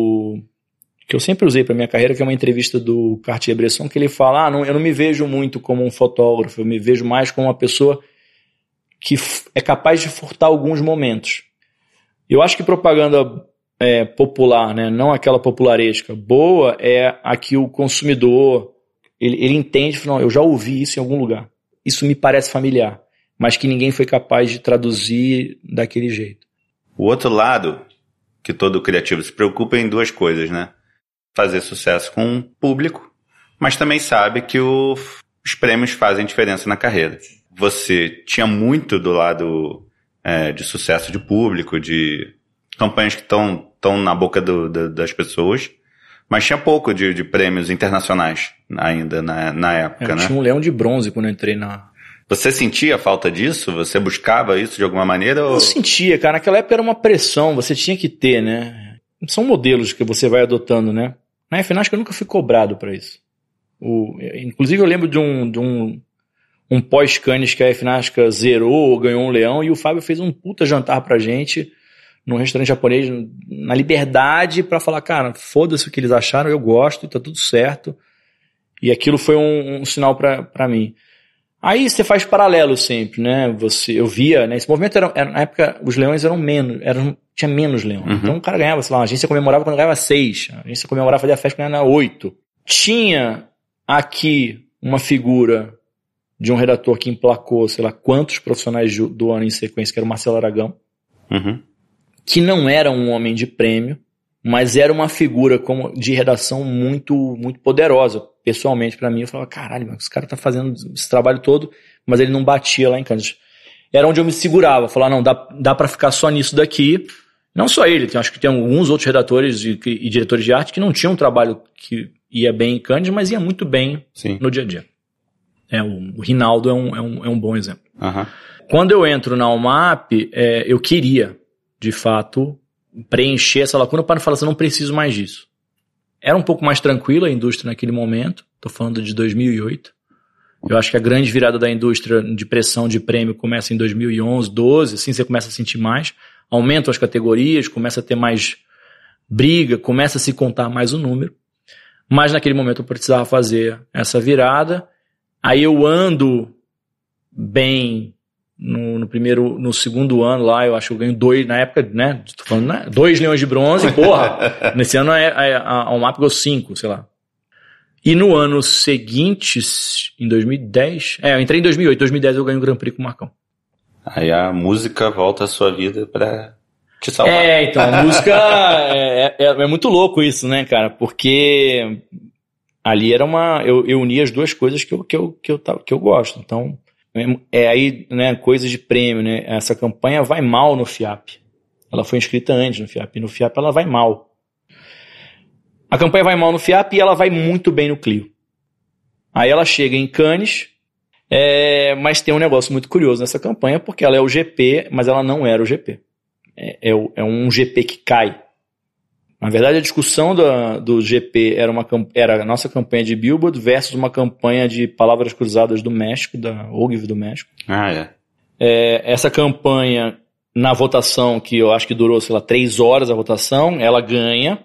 que eu sempre usei para minha carreira, que é uma entrevista do Cartier-Bresson, que ele fala, eu não me vejo muito como um fotógrafo, eu me vejo mais como uma pessoa que é capaz de furtar alguns momentos. Eu acho que propaganda popular, né, não aquela popularesca, boa é a que o consumidor, ele entende, não, eu já ouvi isso em algum lugar, isso me parece familiar, mas que ninguém foi capaz de traduzir daquele jeito. O outro lado, que todo criativo se preocupa em 2 coisas, né? Fazer sucesso com o público, mas também sabe que os prêmios fazem diferença na carreira. Você tinha muito do lado de sucesso de público, de campanhas que estão na boca das pessoas, mas tinha pouco de prêmios internacionais ainda na época, né? Tinha um Leão de Bronze quando eu entrei na... Você sentia falta disso? Você buscava isso de alguma maneira? Ou... Eu sentia, cara. Naquela época era uma pressão, você tinha que ter, né? São modelos que você vai adotando, né? Na FNASC eu nunca fui cobrado pra isso. Inclusive eu lembro de um um pós-Cannes que a FNASCA zerou, ganhou um leão, e o Fábio fez um puta jantar pra gente num restaurante japonês, na Liberdade, pra falar, cara, foda-se o que eles acharam, eu gosto e tá tudo certo. E aquilo foi um sinal pra mim. Aí você faz paralelo sempre, né? Eu via, né? Esse movimento na época, os leões eram menos, tinha menos leões. Uhum. Então o cara ganhava, sei lá, a agência comemorava quando ganhava 6, a agência comemorava, fazia a festa quando ganhava 8. Tinha aqui uma figura de um redator que emplacou, sei lá, quantos profissionais do ano em sequência, que era o Marcelo Aragão, que não era um homem de prêmio, mas era uma figura de redação muito, muito poderosa. Pessoalmente, pra mim, eu falava, caralho, esse cara tá fazendo esse trabalho todo, mas ele não batia lá em Cannes. Era onde eu me segurava, falava, não, dá pra ficar só nisso daqui. Não só ele, acho que tem alguns outros redatores e diretores de arte que não tinham um trabalho que ia bem em Cannes, mas ia muito bem no dia a dia. O Rinaldo é um bom exemplo. Uhum. Quando eu entro na UMAP, eu queria, de fato, preencher essa lacuna para não falar assim, não preciso mais disso. Era um pouco mais tranquila a indústria naquele momento, estou falando de 2008. Eu acho que a grande virada da indústria de pressão de prêmio começa em 2011, 12, assim você começa a sentir mais, aumentam as categorias, começa a ter mais briga, começa a se contar mais o número. Mas naquele momento eu precisava fazer essa virada. Aí eu ando bem no segundo ano lá, eu acho que eu ganho 2, na época, né, tô falando, né, 2 leões de bronze, porra, nesse ano a UMAP ganhou 5, sei lá. E no ano seguinte, em 2010, eu entrei em 2010 eu ganho o Grand Prix com o Marcão. Aí a música volta à sua vida pra te salvar. Então, a música é muito louco isso, né, cara, porque ali era eu unia as duas coisas que eu gosto, então aí, né, coisas de prêmio, né? Essa campanha vai mal no FIAP. Ela foi inscrita antes no FIAP. E no FIAP ela vai mal. A campanha vai mal no FIAP e ela vai muito bem no Clio. Aí ela chega em Cannes, mas tem um negócio muito curioso nessa campanha, porque ela é o GP, mas ela não era o GP. É um GP que cai. Na verdade, a discussão do GP era a nossa campanha de Billboard versus uma campanha de palavras cruzadas do México, da OGV do México. Essa campanha, na votação, que eu acho que durou, sei lá, 3 horas a votação, ela ganha,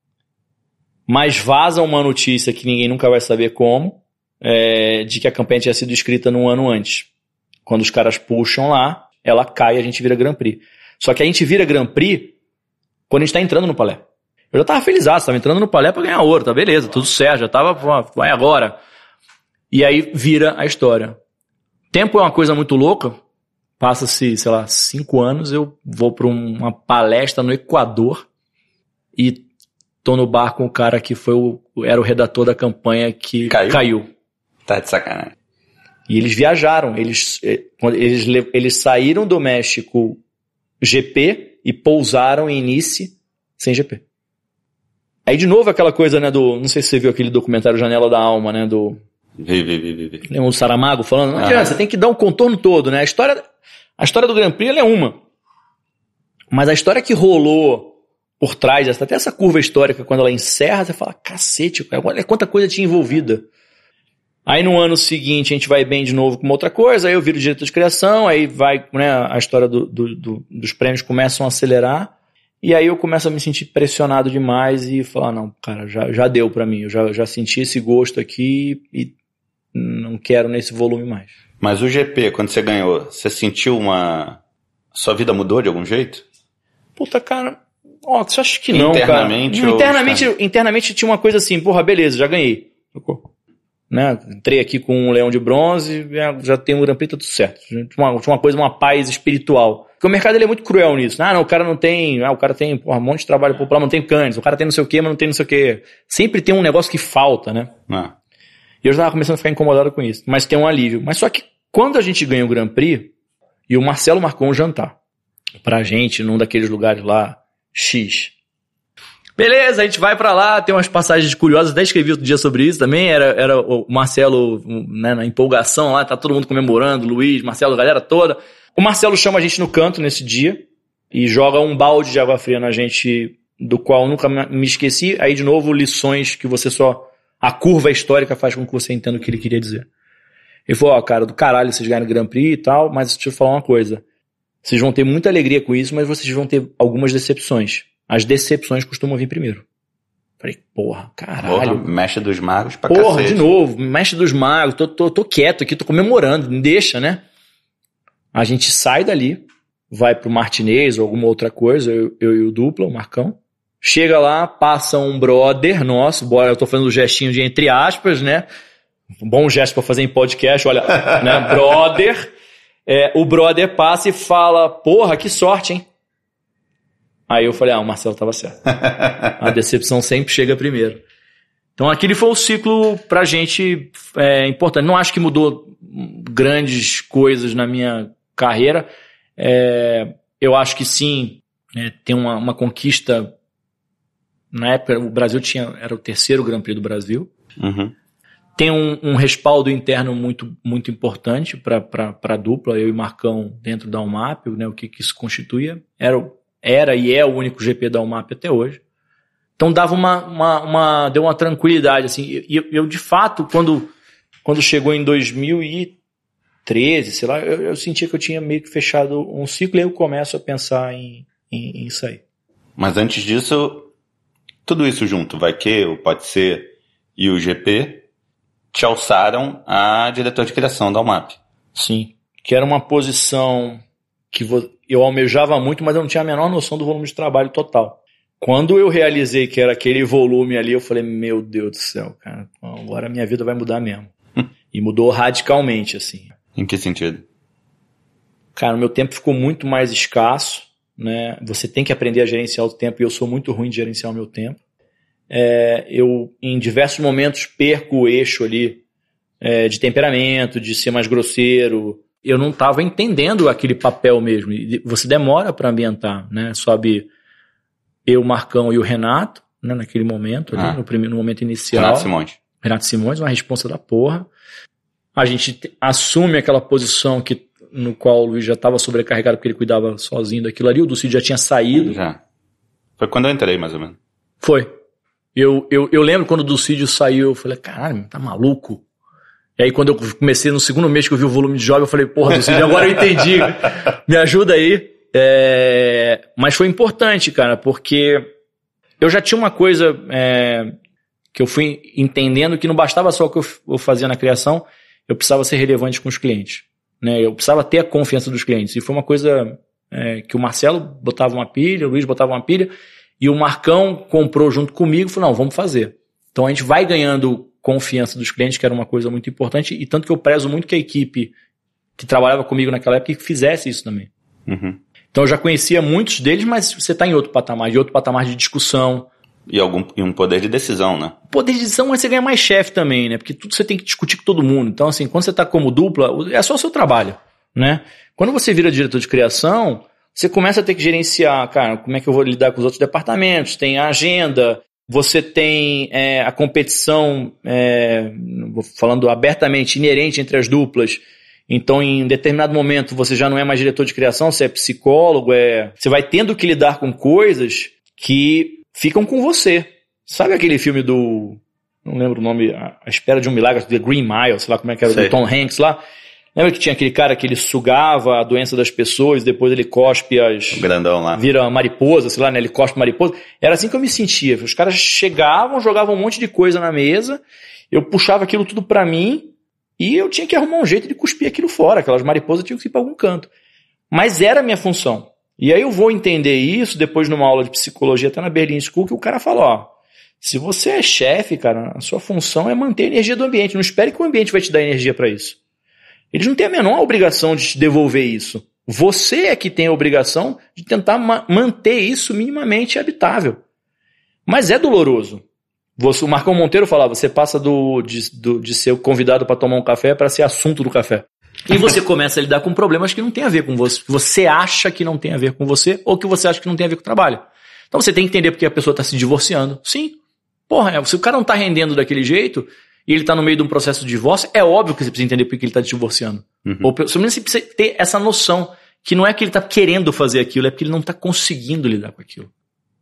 mas vaza uma notícia que ninguém nunca vai saber como, de que a campanha tinha sido escrita num ano antes. Quando os caras puxam lá, ela cai e a gente vira Grand Prix. Só que a gente vira Grand Prix quando a gente tá entrando no Palais. Eu já tava felizaço, tava entrando no Palais pra ganhar ouro, tá beleza, tudo certo, já tava, vai agora. E aí vira a história. Tempo é uma coisa muito louca, passa-se, sei lá, 5 anos, eu vou pra uma palestra no Equador e tô no bar com o cara que era o redator da campanha que caiu. Tá de sacanagem. E eles viajaram, eles saíram do México GP e pousaram em Nice sem GP. Aí, de novo, aquela coisa, né, não sei se você viu aquele documentário Janela da Alma, né, Vi. Lembra o Saramago falando? Não adianta, você tem que dar um contorno todo, né? A história do Grand Prix, ela é uma. Mas a história que rolou por trás, até essa curva histórica, quando ela encerra, você fala, cacete, olha quanta coisa tinha envolvida. Aí, no ano seguinte, a gente vai bem de novo com uma outra coisa, aí eu viro diretor de criação, aí vai, né, a história dos prêmios começam a acelerar. E aí eu começo a me sentir pressionado demais e falar, não, cara, já deu pra mim, eu já senti esse gosto aqui e não quero nesse volume mais. Mas o GP, quando você ganhou, você sentiu sua vida mudou de algum jeito? Puta, cara, você acha que não, internamente, cara? Internamente tinha uma coisa assim, porra, beleza, já ganhei. Né? Entrei aqui com um leão de bronze, já tenho um Grand Prix, tá tudo certo. Tinha uma coisa, uma paz espiritual. Porque o mercado ele é muito cruel nisso. Não, o cara não tem, o cara tem um monte de trabalho popular, não tem Cannes, o cara tem não sei o quê, mas não tem não sei o quê. Sempre tem um negócio que falta, né? E eu já estava começando a ficar incomodado com isso. Mas tem um alívio. Mas só que quando a gente ganha o Grand Prix, e o Marcelo marcou um jantar pra gente, num daqueles lugares lá, X. Beleza, a gente vai pra lá, tem umas passagens curiosas, até escrevi outro dia sobre isso também, era o Marcelo, né, na empolgação lá, tá todo mundo comemorando, Luiz, Marcelo, a galera toda. O Marcelo chama a gente no canto nesse dia e joga um balde de água fria na gente, do qual eu nunca me esqueci. Aí, de novo, lições que você a curva histórica faz com que você entenda o que ele queria dizer. Ele falou, cara, do caralho vocês ganharam o Grand Prix e tal, mas deixa eu falar uma coisa. Vocês vão ter muita alegria com isso, mas vocês vão ter algumas decepções. As decepções costumam vir primeiro. Falei, porra, caralho. Mestre dos magos pra porra, cacete. De novo, mestre dos magos, tô quieto aqui, tô comemorando, me deixa, né? A gente sai dali, vai pro Martinez ou alguma outra coisa, eu e o Dupla, o Marcão. Chega lá, passa um brother nosso, eu tô fazendo o gestinho de entre aspas, né? Um bom gesto pra fazer em podcast, olha, né? Brother. O brother passa e fala, porra, que sorte, hein? Aí eu falei, o Marcelo tava certo. A decepção sempre chega primeiro. Então aquele foi o ciclo pra gente importante. Não acho que mudou grandes coisas na minha carreira. Eu acho que sim, tem uma conquista. Na época o Brasil era o terceiro Grand Prix do Brasil. Uhum. Tem um respaldo interno muito, muito importante para a dupla, eu e Marcão dentro da UMAP, né, o que isso constituía. Era e é o único GP da UMAP até hoje. Então deu uma tranquilidade. Assim, eu de fato, quando chegou em 2013, sei lá, eu sentia que eu tinha meio que fechado um ciclo e aí eu começo a pensar em sair. Mas antes disso, tudo isso junto, vai que, ou pode ser, e o GP... te alçaram a diretor de criação da UMAP. Sim, que era uma posição que eu almejava muito, mas eu não tinha a menor noção do volume de trabalho total. Quando eu realizei que era aquele volume ali, eu falei, meu Deus do céu, cara, agora a minha vida vai mudar mesmo. E mudou radicalmente, assim. Em que sentido? Cara, o meu tempo ficou muito mais escasso, né? Você tem que aprender a gerenciar o tempo, e eu sou muito ruim de gerenciar o meu tempo. Eu em diversos momentos perco o eixo ali de temperamento, de ser mais grosseiro. Eu não estava entendendo aquele papel mesmo. E você demora para ambientar, né? Sobe eu, o Marcão e o Renato, né? Naquele momento ali, no momento inicial. Renato Simões, uma responsa da porra. A gente assume aquela posição no qual o Luiz já estava sobrecarregado porque ele cuidava sozinho daquilo ali. O Ducídio já tinha saído. Já. Foi quando eu entrei, mais ou menos. Foi. Eu lembro quando o Ducídio saiu, eu falei, caralho, tá maluco? E aí quando eu comecei no segundo mês que eu vi o volume de jogo, eu falei, porra, Ducídio, agora eu entendi. Me ajuda aí. Mas foi importante, cara, porque eu já tinha uma coisa que eu fui entendendo que não bastava só o que eu fazia na criação, eu precisava ser relevante com os clientes. Né? Eu precisava ter a confiança dos clientes. E foi uma coisa que o Marcelo botava uma pilha, o Luiz botava uma pilha, e o Marcão comprou junto comigo e falou, não, vamos fazer. Então a gente vai ganhando confiança dos clientes, que era uma coisa muito importante, e tanto que eu prezo muito que a equipe que trabalhava comigo naquela época fizesse isso também. Uhum. Então eu já conhecia muitos deles, mas você está em outro patamar de discussão. E um poder de decisão, né? Poder de decisão é você ganhar mais chefe também, né? Porque tudo você tem que discutir com todo mundo. Então assim, quando você está como dupla, é só o seu trabalho, né? Quando você vira diretor de criação, você começa a ter que gerenciar, cara, como é que eu vou lidar com os outros departamentos, tem a agenda, você tem a competição, falando abertamente, inerente entre as duplas. Então, em determinado momento, você já não é mais diretor de criação, você é psicólogo, você vai tendo que lidar com coisas que ficam com você. Sabe aquele filme não lembro o nome, A Espera de um Milagre, The Green Mile, sei lá como é que era, do Tom Hanks lá. Lembra que tinha aquele cara que ele sugava a doença das pessoas, depois ele cospe o grandão lá. Vira mariposa, sei lá, né? Ele cospe mariposa. Era assim que eu me sentia. Os caras chegavam, jogavam um monte de coisa na mesa, eu puxava aquilo tudo pra mim e eu tinha que arrumar um jeito de cuspir aquilo fora. Aquelas mariposas tinham que ir pra algum canto. Mas era a minha função. E aí eu vou entender isso depois numa aula de psicologia, até na Berlin School, que o cara fala, se você é chefe, cara, a sua função é manter a energia do ambiente. Não espere que o ambiente vai te dar energia pra isso. Eles não têm a menor obrigação de te devolver isso. Você é que tem a obrigação de tentar manter isso minimamente habitável. Mas é doloroso. O Marcão Monteiro falava, você passa de ser convidado para tomar um café para ser assunto do café. E você começa a lidar com problemas que não tem a ver com você. Que você acha que não tem a ver com você ou que você acha que não tem a ver com o trabalho. Então você tem que entender porque a pessoa está se divorciando. Sim. Porra, se o cara não está rendendo daquele jeito e ele está no meio de um processo de divórcio, é óbvio que você precisa entender por que ele está se divorciando. Uhum. Ou pelo menos você precisa ter essa noção que não é que ele está querendo fazer aquilo, é porque ele não está conseguindo lidar com aquilo.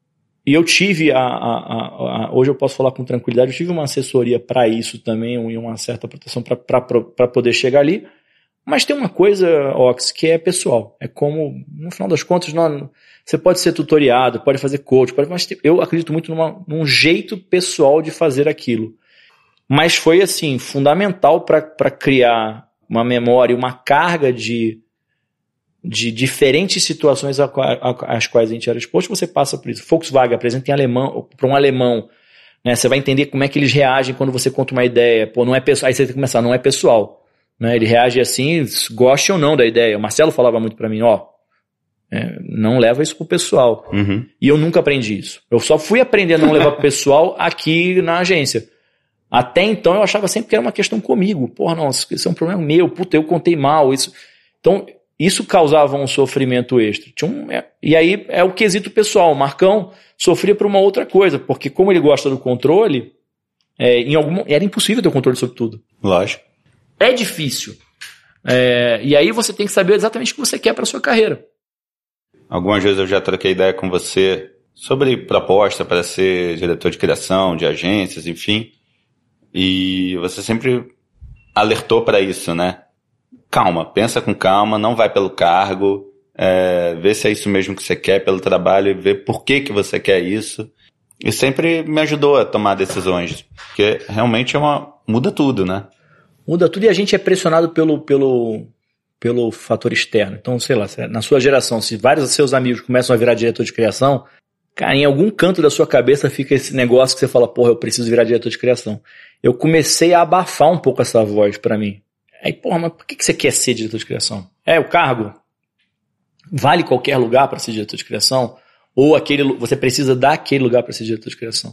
E eu tive, hoje eu posso falar com tranquilidade, eu tive uma assessoria para isso também, e uma certa proteção para poder chegar ali. Mas tem uma coisa, Ox, que é pessoal. É como, no final das contas, você pode ser tutoriado, pode fazer coach, mas eu acredito muito num jeito pessoal de fazer aquilo. Mas foi, assim, fundamental para criar uma memória, uma carga de diferentes situações às quais a gente era exposto. Você passa por isso. Volkswagen apresenta em alemão, para um alemão, né? Você vai entender como é que eles reagem quando você conta uma ideia. Pô, não é pessoal. Aí você tem que começar, não é pessoal. Né? Ele reage assim, goste ou não da ideia. O Marcelo falava muito para mim, não leva isso pro pessoal. Uhum. E eu nunca aprendi isso. Eu só fui aprender a não levar pro pessoal aqui na agência. Até então eu achava sempre que era uma questão comigo. Porra, não, isso é um problema meu. Puta, eu contei mal. Então, isso causava um sofrimento extra. E aí é o quesito pessoal. O Marcão sofria por uma outra coisa, porque como ele gosta do controle, era impossível ter o controle sobre tudo. Lógico. É difícil. E aí você tem que saber exatamente o que você quer para sua carreira. Algumas vezes eu já troquei ideia com você sobre proposta para ser diretor de criação, de agências, enfim. E você sempre alertou para isso, né? Calma, pensa com calma, não vai pelo cargo, vê se é isso mesmo que você quer pelo trabalho e vê por que você quer isso. E sempre me ajudou a tomar decisões, porque realmente muda tudo, né? Muda tudo e a gente é pressionado pelo fator externo. Então, sei lá, na sua geração, se vários dos seus amigos começam a virar diretor de criação, cara, em algum canto da sua cabeça fica esse negócio que você fala, porra, eu preciso virar diretor de criação. Eu comecei a abafar um pouco essa voz pra mim. Aí, porra, mas por que você quer ser diretor de criação? O cargo? Vale qualquer lugar para ser diretor de criação? Ou você precisa daquele lugar para ser diretor de criação?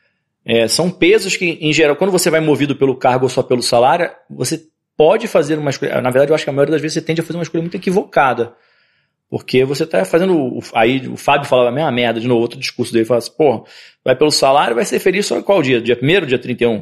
São pesos que, em geral, quando você vai movido pelo cargo ou só pelo salário, você pode fazer uma escolha. Na verdade, eu acho que a maioria das vezes você tende a fazer uma escolha muito equivocada. Porque você está fazendo. Aí o Fábio falava a mesma merda, de novo, outro discurso dele, falava assim, porra, vai pelo salário, vai ser feliz só qual dia? Dia 1º, dia 31?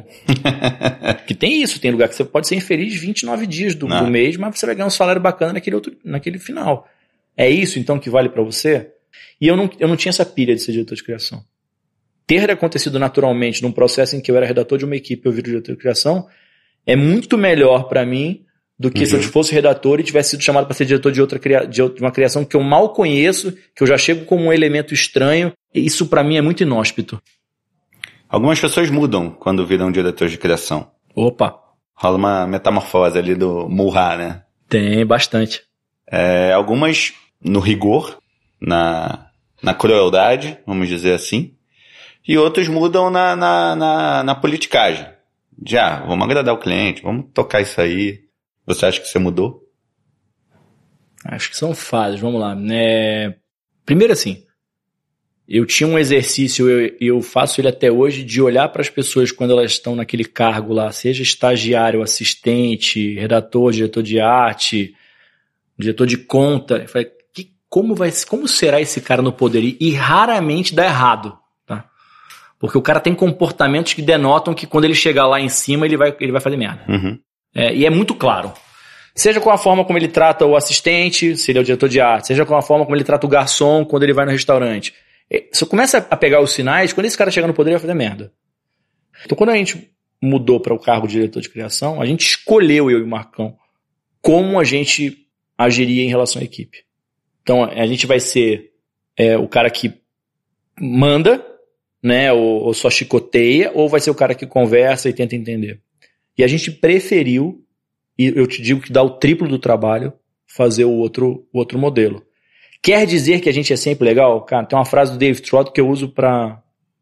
Que tem isso, tem lugar que você pode ser infeliz 29 dias do mês, mas você vai ganhar um salário bacana naquele final. É isso, então, que vale para você? E eu não tinha essa pilha de ser diretor de criação. Ter acontecido naturalmente num processo em que eu era redator de uma equipe e eu viro diretor de criação é muito melhor para mim do que se eu fosse redator e tivesse sido chamado para ser diretor de uma criação que eu mal conheço, que eu já chego como um elemento estranho. E isso para mim é muito inóspito. Algumas pessoas mudam quando viram diretor de criação. Opa! Rola uma metamorfose ali do murrar, né? Tem, bastante. Algumas no rigor, na crueldade, vamos dizer assim. E outros mudam na politicagem. Vamos agradar o cliente, vamos tocar isso aí. Você acha que você mudou? Acho que são fases, vamos lá. Primeiro assim, eu tinha um exercício, eu faço ele até hoje, de olhar para as pessoas quando elas estão naquele cargo lá, seja estagiário, assistente, redator, diretor de arte, diretor de conta. Eu falei, como será esse cara no poder? E raramente dá errado. Porque o cara tem comportamentos que denotam que quando ele chegar lá em cima, ele vai fazer merda. Uhum. E é muito claro. Seja com a forma como ele trata o assistente, se ele é o diretor de arte, seja com a forma como ele trata o garçom quando ele vai no restaurante. Se eu começo a pegar os sinais, quando esse cara chegar no poder, ele vai fazer merda. Então, quando a gente mudou para o cargo de diretor de criação, a gente escolheu, eu e o Marcão, como a gente agiria em relação à equipe. Então, a gente vai ser o cara que manda, né, ou só chicoteia, ou vai ser o cara que conversa e tenta entender. E a gente preferiu, e eu te digo que dá o triplo do trabalho, fazer o outro modelo. Quer dizer que a gente é sempre legal? Cara, tem uma frase do Dave Trott que eu uso para...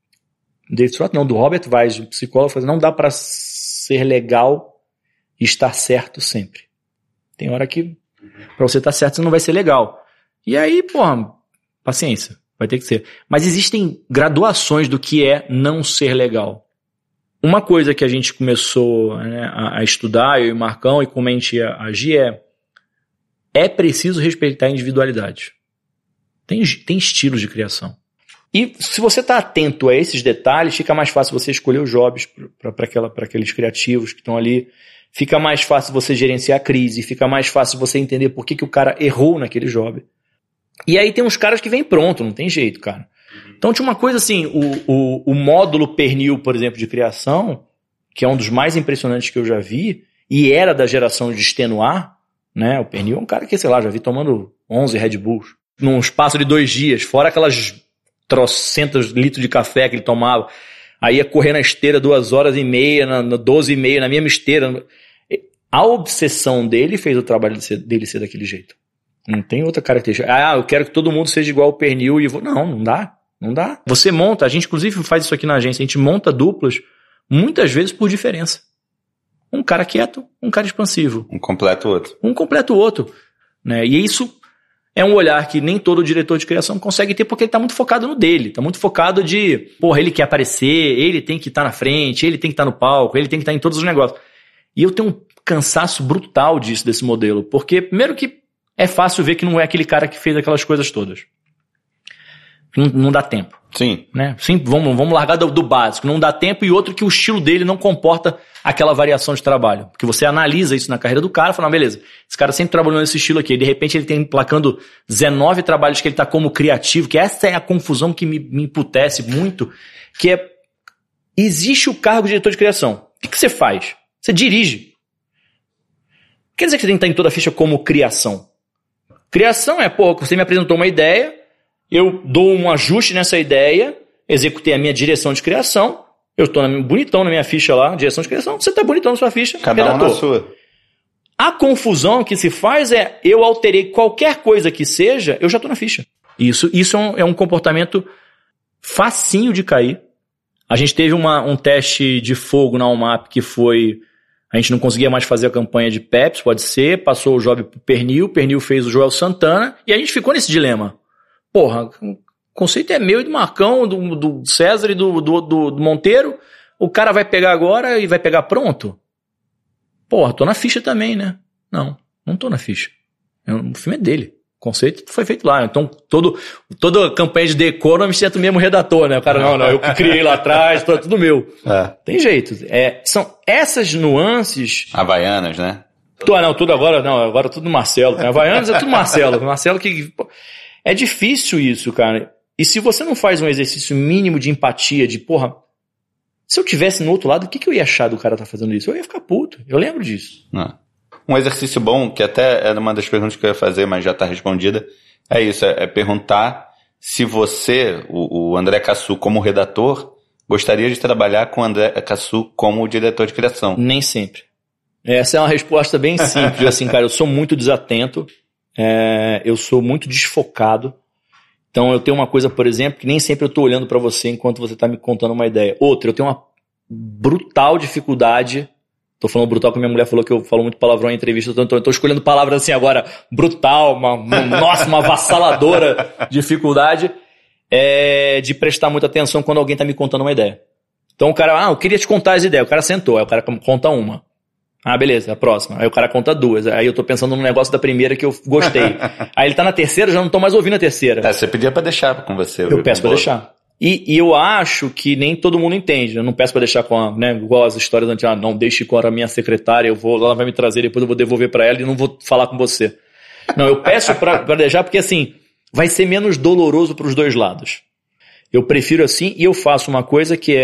Dave Trott não, do Robert Weiss, o psicólogo, fala, não dá para ser legal e estar certo sempre. Tem hora que para você estar certo você não vai ser legal. E aí, porra, paciência. Vai ter que ser. Mas existem graduações do que é não ser legal. Uma coisa que a gente começou, né, a estudar, eu e o Marcão, e como a gente ia agir é preciso respeitar a individualidade. Tem estilos de criação. E se você está atento a esses detalhes, fica mais fácil você escolher os jobs para aqueles criativos que estão ali. Fica mais fácil você gerenciar a crise. Fica mais fácil você entender por que o cara errou naquele job. E aí tem uns caras que vêm pronto, não tem jeito, cara. Então tinha uma coisa assim, o módulo pernil, por exemplo, de criação, que é um dos mais impressionantes que eu já vi, e era da geração de extenuar, né? O pernil é um cara que, sei lá, já vi tomando 11 Red Bulls, num espaço de 2 dias, fora aquelas trocentos litros de café que ele tomava. Aí ia correr na esteira 2h30, 12h30, na mesma esteira. A obsessão dele fez o trabalho dele ser daquele jeito. Não tem outra característica. Eu quero que todo mundo seja igual ao pernil e não dá. Não dá. Você monta, a gente inclusive faz isso aqui na agência, a gente monta duplas muitas vezes por diferença. Um cara quieto, um cara expansivo. Um completa o outro. Um completa o outro. Né? E isso é um olhar que nem todo diretor de criação consegue ter, porque ele está muito focado no dele. Está muito focado de, ele quer aparecer, ele tem que estar na frente, ele tem que estar no palco, ele tem que estar em todos os negócios. E eu tenho um cansaço brutal desse modelo, porque primeiro que é fácil ver que não é aquele cara que fez aquelas coisas todas. Não dá tempo. Sim. Né? Sim, vamos largar do básico. Não dá tempo, e outro que o estilo dele não comporta aquela variação de trabalho. Porque você analisa isso na carreira do cara e fala, beleza, esse cara sempre trabalhou nesse estilo aqui. De repente ele tem emplacando 19 trabalhos que ele está como criativo, que essa é a confusão que me emputece muito, que é, existe o cargo de diretor de criação. O que você faz? Você dirige. Quer dizer que você tem que estar em toda a ficha como criação. Criação é, você me apresentou uma ideia, eu dou um ajuste nessa ideia, executei a minha direção de criação, eu estou bonitão na minha ficha lá, direção de criação, você está bonitão na sua ficha, cada redator. Um na sua. A confusão que se faz é, eu alterei qualquer coisa que seja, eu já estou na ficha. Isso é um comportamento facinho de cair. A gente teve um teste de fogo na UMAP que foi, a gente não conseguia mais fazer a campanha de Pepsi, pode ser, passou o job pro Pernil, fez o Joel Santana, e a gente ficou nesse dilema. O conceito é meu e do Marcão, do César e do Monteiro. O cara vai pegar agora e vai pegar pronto? Tô na ficha também, né? Não tô na ficha. O filme é dele. O conceito foi feito lá. Então, toda a campanha de decor eu me sinto mesmo redator, né? O cara, não, eu que criei lá atrás, tudo meu. Tem jeito. São essas nuances... Havaianas, né? Agora tudo Marcelo. Havaianas é tudo Marcelo. Marcelo que... É difícil isso, cara. E se você não faz um exercício mínimo de empatia, se eu tivesse no outro lado, o que eu ia achar do cara tá fazendo isso? Eu ia ficar puto. Eu lembro disso. Um exercício bom, que até era uma das perguntas que eu ia fazer, mas já tá respondida, é isso, é perguntar se você, o André Cassù como redator, gostaria de trabalhar com o André Cassù como diretor de criação. Nem sempre. Essa é uma resposta bem simples, assim, cara, eu sou muito desatento. Eu sou muito desfocado. Então eu tenho uma coisa, por exemplo, que nem sempre eu estou olhando para você enquanto você está me contando uma ideia. Outra, eu tenho uma brutal dificuldade. Estou falando brutal porque minha mulher falou que eu falo muito palavrão em entrevista. Então eu estou escolhendo palavras assim agora. Brutal, uma avassaladora dificuldade de prestar muita atenção quando alguém está me contando uma ideia. Então o cara, eu queria te contar as ideias. O cara sentou, aí o cara conta uma. Beleza, a próxima. Aí o cara conta 2. Aí eu tô pensando no negócio da primeira que eu gostei. Aí ele tá na terceira, já não tô mais ouvindo a terceira. Você pedia pra deixar com você. Eu peço pra deixar. E eu acho que nem todo mundo entende. Eu não peço pra deixar igual as histórias antigas. Não, deixe com a minha secretária, ela vai me trazer, depois eu vou devolver pra ela e não vou falar com você. Não, eu peço pra deixar porque assim, vai ser menos doloroso pros dois lados. Eu prefiro assim, e eu faço uma coisa que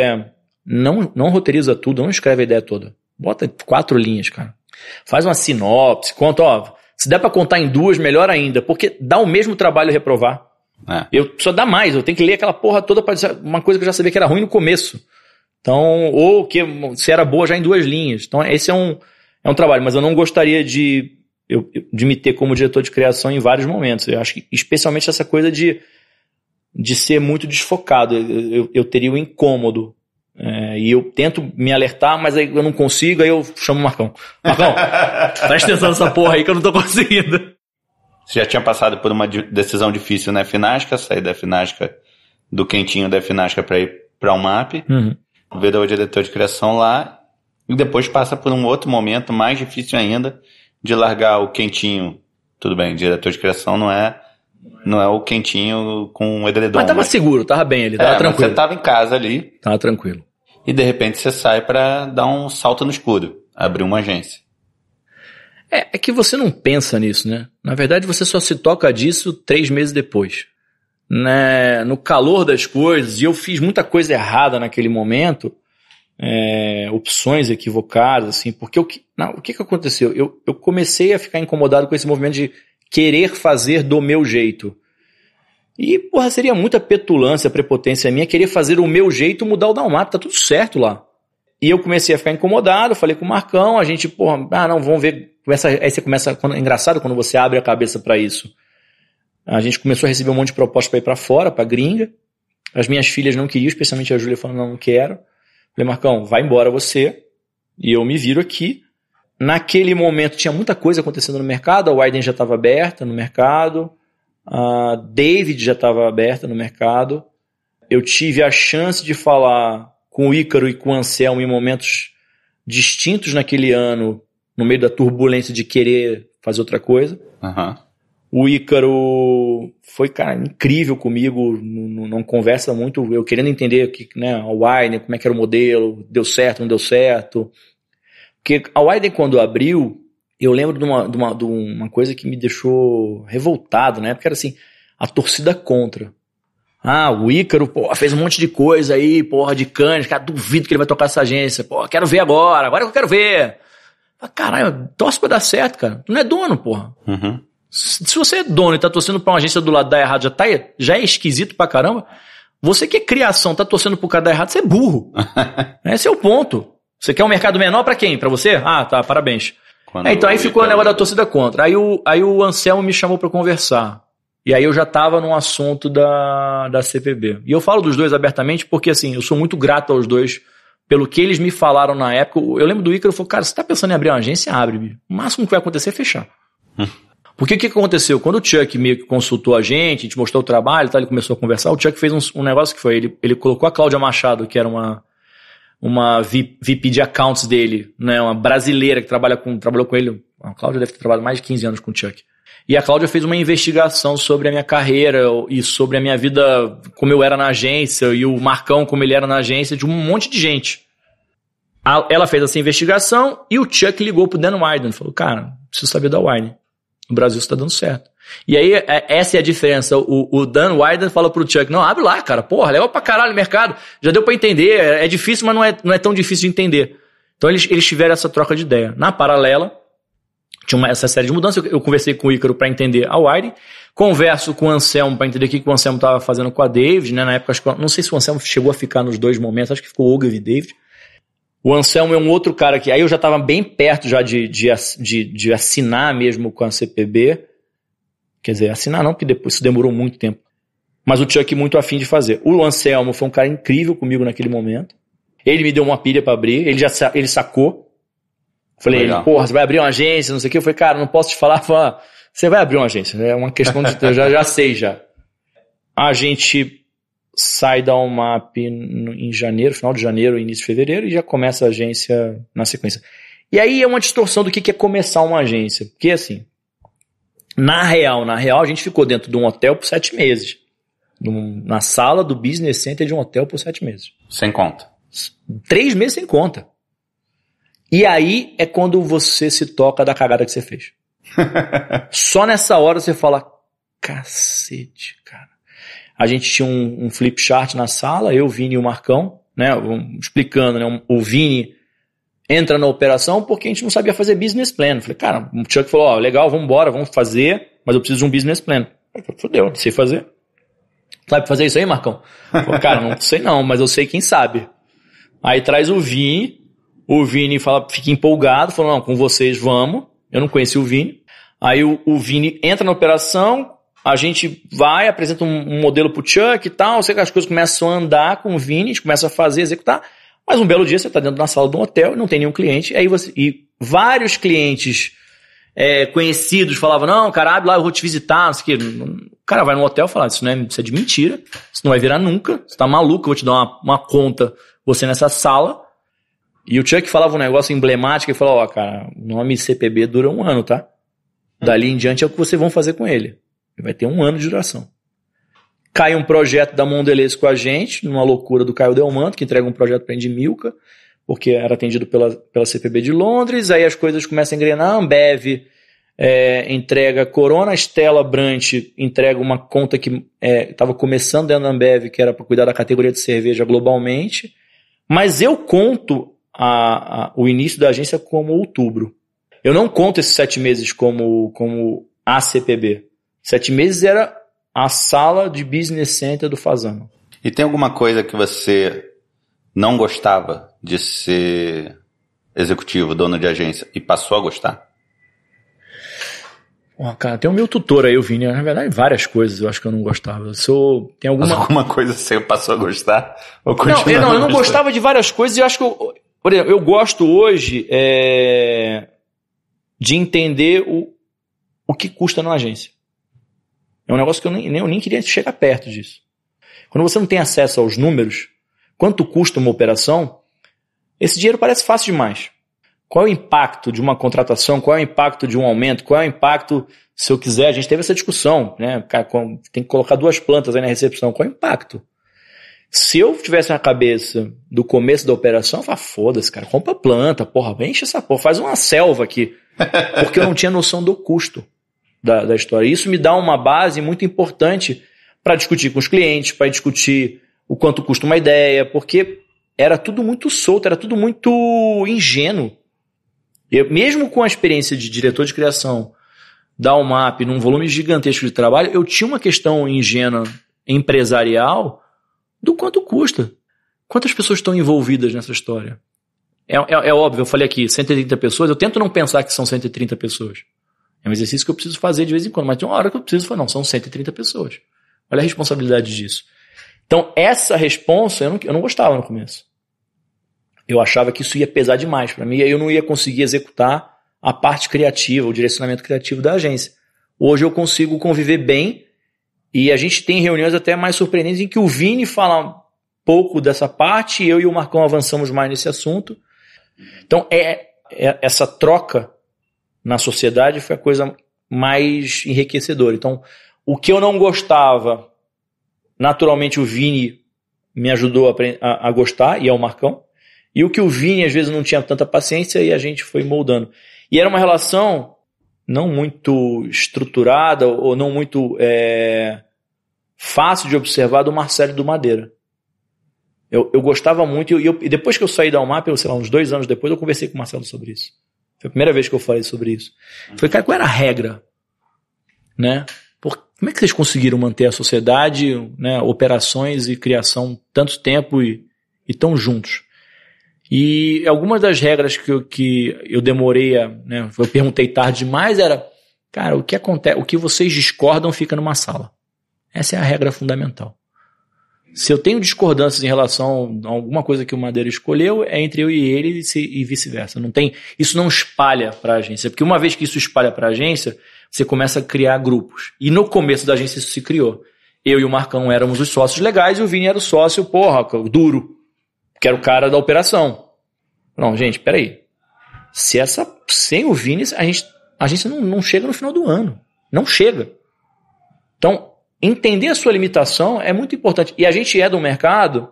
não roteiriza tudo, não escreve a ideia toda. Bota 4 linhas, cara. Faz uma sinopse, conta, se der pra contar em 2, melhor ainda, porque dá o mesmo trabalho reprovar. Só dá mais, eu tenho que ler aquela porra toda pra dizer uma coisa que eu já sabia que era ruim no começo. Então, ou que se era boa já em 2 linhas. Então, esse é um trabalho, mas eu não gostaria de me ter como diretor de criação em vários momentos. Eu acho que, especialmente essa coisa de ser muito desfocado, eu teria o incômodo. E eu tento me alertar, mas aí eu não consigo, aí eu chamo o Marcão. Marcão, presta atenção nessa porra aí que eu não tô conseguindo. Você já tinha passado por uma decisão difícil na Finasca, sair da Finasca, do quentinho da Finasca pra ir pra UMAP, virou diretor de criação lá, e depois passa por um outro momento mais difícil ainda, de largar o quentinho. Tudo bem, diretor de criação não é o quentinho com o edredom. Mas tava seguro, tava bem ali, tava tranquilo. Você tava em casa ali. Tava tranquilo. E de repente você sai pra dar um salto no escuro, abrir uma agência. É que você não pensa nisso, né? Na verdade você só se toca disso 3 meses depois. né, no calor das coisas, e eu fiz muita coisa errada naquele momento, opções equivocadas, assim, porque o que aconteceu? Eu comecei a ficar incomodado com esse movimento de querer fazer do meu jeito. E, porra, seria muita petulância, prepotência minha querer fazer o meu jeito, mudar o Dalmap, tá tudo certo lá. E eu comecei a ficar incomodado, falei com o Marcão, a gente, porra, não, vamos ver, aí você começa, é engraçado quando você abre a cabeça pra isso. A gente começou a receber um monte de propostas pra ir pra fora, pra gringa, as minhas filhas não queriam, especialmente a Júlia falando, não quero. Falei, Marcão, vai embora você, e eu me viro aqui. Naquele momento tinha muita coisa acontecendo no mercado, a Widen já estava aberta no mercado, a David já estava aberta no mercado. Eu tive a chance de falar com o Ícaro e com o Anselmo em momentos distintos naquele ano, no meio da turbulência de querer fazer outra coisa. Uhum. O Ícaro foi, cara, incrível comigo, não conversa muito, eu querendo entender o que, né, a Widen, como é que era o modelo, deu certo, não deu certo. Porque a Widen, quando abriu, eu lembro de uma coisa que me deixou revoltado, né? Porque era assim, a torcida contra. O Ícaro, fez um monte de coisa aí, porra, de Cannes, cara, duvido que ele vai tocar essa agência, quero ver agora que eu quero ver. Caralho, torce pra dar certo, cara. Tu não é dono, porra. Uhum. Se você é dono e tá torcendo pra uma agência do lado dar errado, já é esquisito pra caramba. Você que é criação, tá torcendo pro cara dar errado, você é burro. Esse é o ponto. Você quer um mercado menor pra quem? Pra você? Tá, parabéns. Então aí ficou o negócio da torcida contra. Aí o Anselmo me chamou pra conversar. E aí eu já tava num assunto da CPB. E eu falo dos dois abertamente porque, assim, eu sou muito grato aos dois pelo que eles me falaram na época. Eu lembro do Ícaro, falou, cara, você tá pensando em abrir uma agência? Abre, bicho. O máximo que vai acontecer é fechar. Porque o que aconteceu? Quando o Chuck meio que consultou a gente mostrou o trabalho, ele começou a conversar, o Chuck fez um negócio que foi, ele colocou a Cláudia Machado, que era uma VP de accounts dele, né, uma brasileira que trabalhou com ele. A Cláudia deve ter trabalhado mais de 15 anos com o Chuck. E a Cláudia fez uma investigação sobre a minha carreira e sobre a minha vida, como eu era na agência, e o Marcão, como ele era na agência, de um monte de gente. Ela fez essa investigação e o Chuck ligou pro Dan Widen e falou, cara, preciso saber da Widen. No Brasil isso tá dando certo. E aí, essa é a diferença. O Dan Widen fala pro Chuck, não, abre lá, cara, porra, leva pra caralho o mercado, já deu pra entender, é difícil, mas não é tão difícil de entender. Então eles tiveram essa troca de ideia. Na paralela, tinha essa série de mudanças, eu conversei com o Ícaro pra entender a Widen, converso com o Anselmo pra entender o que o Anselmo tava fazendo com a David, né, na época, acho que, não sei se o Anselmo chegou a ficar nos dois momentos, acho que ficou Ogilvy e David. O Anselmo é um outro cara que... Aí eu já estava bem perto já de assinar mesmo com a CPB. Quer dizer, assinar não, porque depois isso demorou muito tempo. Mas o Chuck muito afim de fazer. O Anselmo foi um cara incrível comigo naquele momento. Ele me deu uma pilha para abrir. Ele sacou. Falei, porra, você vai abrir uma agência, não sei o quê. Eu falei, cara, não posso te falar. Você vai abrir uma agência. É uma questão de... Eu já sei já. A gente... sai da UMAP em janeiro, final de janeiro, início de fevereiro, e já começa a agência na sequência. E aí é uma distorção do que é começar uma agência. Porque assim, na real, a gente ficou dentro de um hotel por 7 meses. Na sala do business center de um hotel por 7 meses. Sem conta. 3 meses sem conta. E aí é quando você se toca da cagada que você fez. Só nessa hora você fala, cacete, cara. A gente tinha um flip chart na sala, eu, o Vini e o Marcão, né, explicando, né, o Vini entra na operação porque a gente não sabia fazer business plan. Eu falei, cara, o Chuck falou, legal, vamos embora, vamos fazer, mas eu preciso de um business plan. Eu falei, fodeu, não sei fazer. Sabe fazer isso aí, Marcão? Eu falei, cara, não sei não, mas eu sei quem sabe. Aí traz o Vini fala, fica empolgado, falou, não, com vocês vamos, eu não conheci o Vini. Aí o Vini entra na operação, a gente vai, apresenta um modelo pro Chuck e tal, sei que as coisas começam a andar com o Vini, a gente começa a fazer, executar, mas um belo dia você tá dentro da sala de um hotel e não tem nenhum cliente, e vários clientes conhecidos falavam, não, cara, abre lá, eu vou te visitar, não sei o que. O cara vai no hotel e fala, isso é de mentira, isso não vai virar nunca, você tá maluco, eu vou te dar uma conta, você nessa sala. E o Chuck falava um negócio emblemático, ele falou, cara, o nome CPB dura 1 ano, tá? Dali em diante é o que vocês vão fazer com ele. Vai ter 1 ano de duração. Cai um projeto da Mondelez com a gente, numa loucura do Caio Delmanto, que entrega um projeto para a Indimilca, porque era atendido pela CPB de Londres, aí as coisas começam a engrenar, a Ambev entrega Corona, Stella, Brant entrega uma conta que estava começando dentro da Ambev, que era para cuidar da categoria de cerveja globalmente, mas eu conto o início da agência como outubro. Eu não conto esses 7 meses como ACPB. 7 meses era a sala de business center do Fasano. E tem alguma coisa que você não gostava de ser executivo, dono de agência, e passou a gostar? Cara, tem o meu tutor aí, o Vini. Na verdade, várias coisas eu acho que eu não gostava. Mas alguma coisa você passou a gostar? Ou eu não gostava de várias coisas e eu acho que por exemplo, eu gosto hoje de entender o que custa numa agência. É um negócio que eu nem queria chegar perto disso. Quando você não tem acesso aos números, quanto custa uma operação, esse dinheiro parece fácil demais. Qual é o impacto de uma contratação? Qual é o impacto de um aumento? Qual é o impacto, se eu quiser, a gente teve essa discussão, né? Tem que colocar 2 plantas aí na recepção. Qual é o impacto? Se eu tivesse na cabeça do começo da operação, eu falava, foda-se, cara, compra planta, porra, enche essa porra, faz uma selva aqui. Porque eu não tinha noção do custo da história. Isso me dá uma base muito importante para discutir com os clientes, para discutir o quanto custa uma ideia, porque era tudo muito solto, era tudo muito ingênuo. Mesmo com a experiência de diretor de criação da UMAP, num volume gigantesco de trabalho, eu tinha uma questão ingênua empresarial do quanto custa. Quantas pessoas estão envolvidas nessa história? É óbvio, eu falei aqui, 130 pessoas, eu tento não pensar que são 130 pessoas. É um exercício que eu preciso fazer de vez em quando, mas tem uma hora que eu preciso falar, não, são 130 pessoas. Olha a responsabilidade disso. Então, essa responsa eu não gostava no começo. Eu achava que isso ia pesar demais para mim, e aí eu não ia conseguir executar a parte criativa, o direcionamento criativo da agência. Hoje eu consigo conviver bem, e a gente tem reuniões até mais surpreendentes em que o Vini fala pouco dessa parte, e eu e o Marcão avançamos mais nesse assunto. Então, essa troca na sociedade foi a coisa mais enriquecedora. Então, o que eu não gostava, naturalmente o Vini me ajudou a gostar, e é o Marcão. E o que o Vini às vezes não tinha tanta paciência, e a gente foi moldando. E era uma relação não muito estruturada, ou não muito fácil de observar, do Marcelo e do Madeira. Eu gostava muito, e depois que eu saí da UMAP, sei lá, uns 2 anos depois, eu conversei com o Marcelo sobre isso. Foi a primeira vez que eu falei sobre isso. Falei, cara, qual era a regra? Né? Como é que vocês conseguiram manter a sociedade, né, operações e criação tanto tempo e tão juntos? E algumas das regras que eu demorei eu perguntei tarde demais, era, cara, o que acontece, o que vocês discordam fica numa sala. Essa é a regra fundamental. Se eu tenho discordâncias em relação a alguma coisa que o Madeira escolheu, é entre eu e ele e vice-versa. Isso não espalha para a agência, porque uma vez que isso espalha para a agência, você começa a criar grupos. E no começo da agência isso se criou. Eu e o Marcão éramos os sócios legais e o Vini era o sócio, duro, que era o cara da operação. Não, gente, peraí. Sem o Vini, a agência não chega no final do ano. Não chega. Então, entender a sua limitação é muito importante. E a gente é de um mercado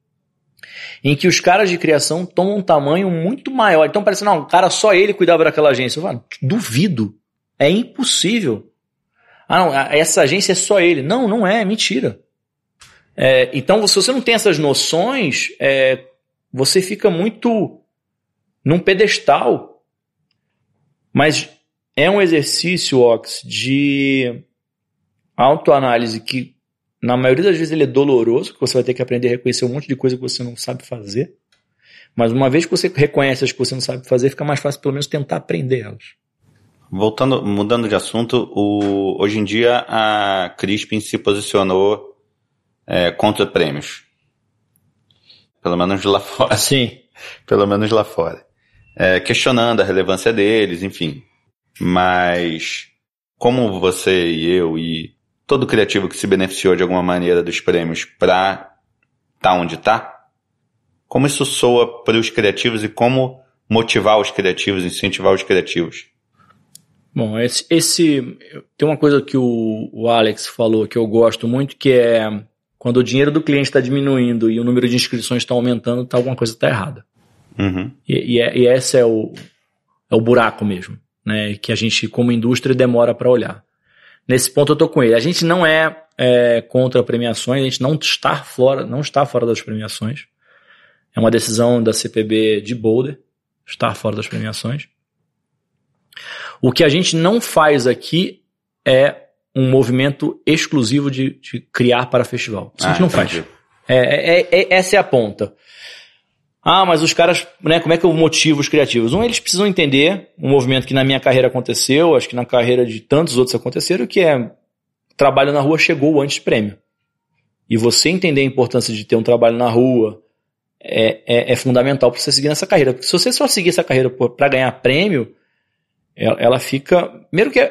em que os caras de criação tomam um tamanho muito maior. Então parece, não, o cara só ele cuidava daquela agência. Eu falo, duvido. É impossível. Não, essa agência é só ele. Não é mentira. Então, se você não tem essas noções, você fica muito num pedestal. Mas é um exercício, Ox, de autoanálise que, na maioria das vezes, ele é doloroso, porque você vai ter que aprender a reconhecer um monte de coisa que você não sabe fazer. Mas uma vez que você reconhece as que você não sabe fazer, fica mais fácil, pelo menos, tentar aprender elas. Mudando de assunto, hoje em dia a Crispin se posicionou contra prêmios. Pelo menos lá fora. Sim. Pelo menos lá fora. Questionando a relevância deles, enfim. Mas, como você e eu e todo criativo que se beneficiou de alguma maneira dos prêmios para estar onde está, como isso soa para os criativos e como motivar os criativos, incentivar os criativos? Bom, tem uma coisa que o Alex falou que eu gosto muito, que é quando o dinheiro do cliente está diminuindo e o número de inscrições está aumentando, alguma coisa está errada. Uhum. E esse é o buraco mesmo. né, que a gente, como indústria, demora para olhar. Nesse ponto eu tô com ele. A gente não é contra premiações, a gente não está fora das premiações. É uma decisão da CPB de Boulder, estar fora das premiações. O que a gente não faz aqui é um movimento exclusivo de criar para festival. Isso a gente não faz. Essa é a ponta. Mas os caras, né, como é que eu motivo os criativos? Eles precisam entender um movimento que na minha carreira aconteceu, acho que na carreira de tantos outros aconteceram, que é trabalho na rua chegou antes de prêmio. E você entender a importância de ter um trabalho na rua é fundamental para você seguir nessa carreira. Porque se você só seguir essa carreira para ganhar prêmio, ela fica... Primeiro que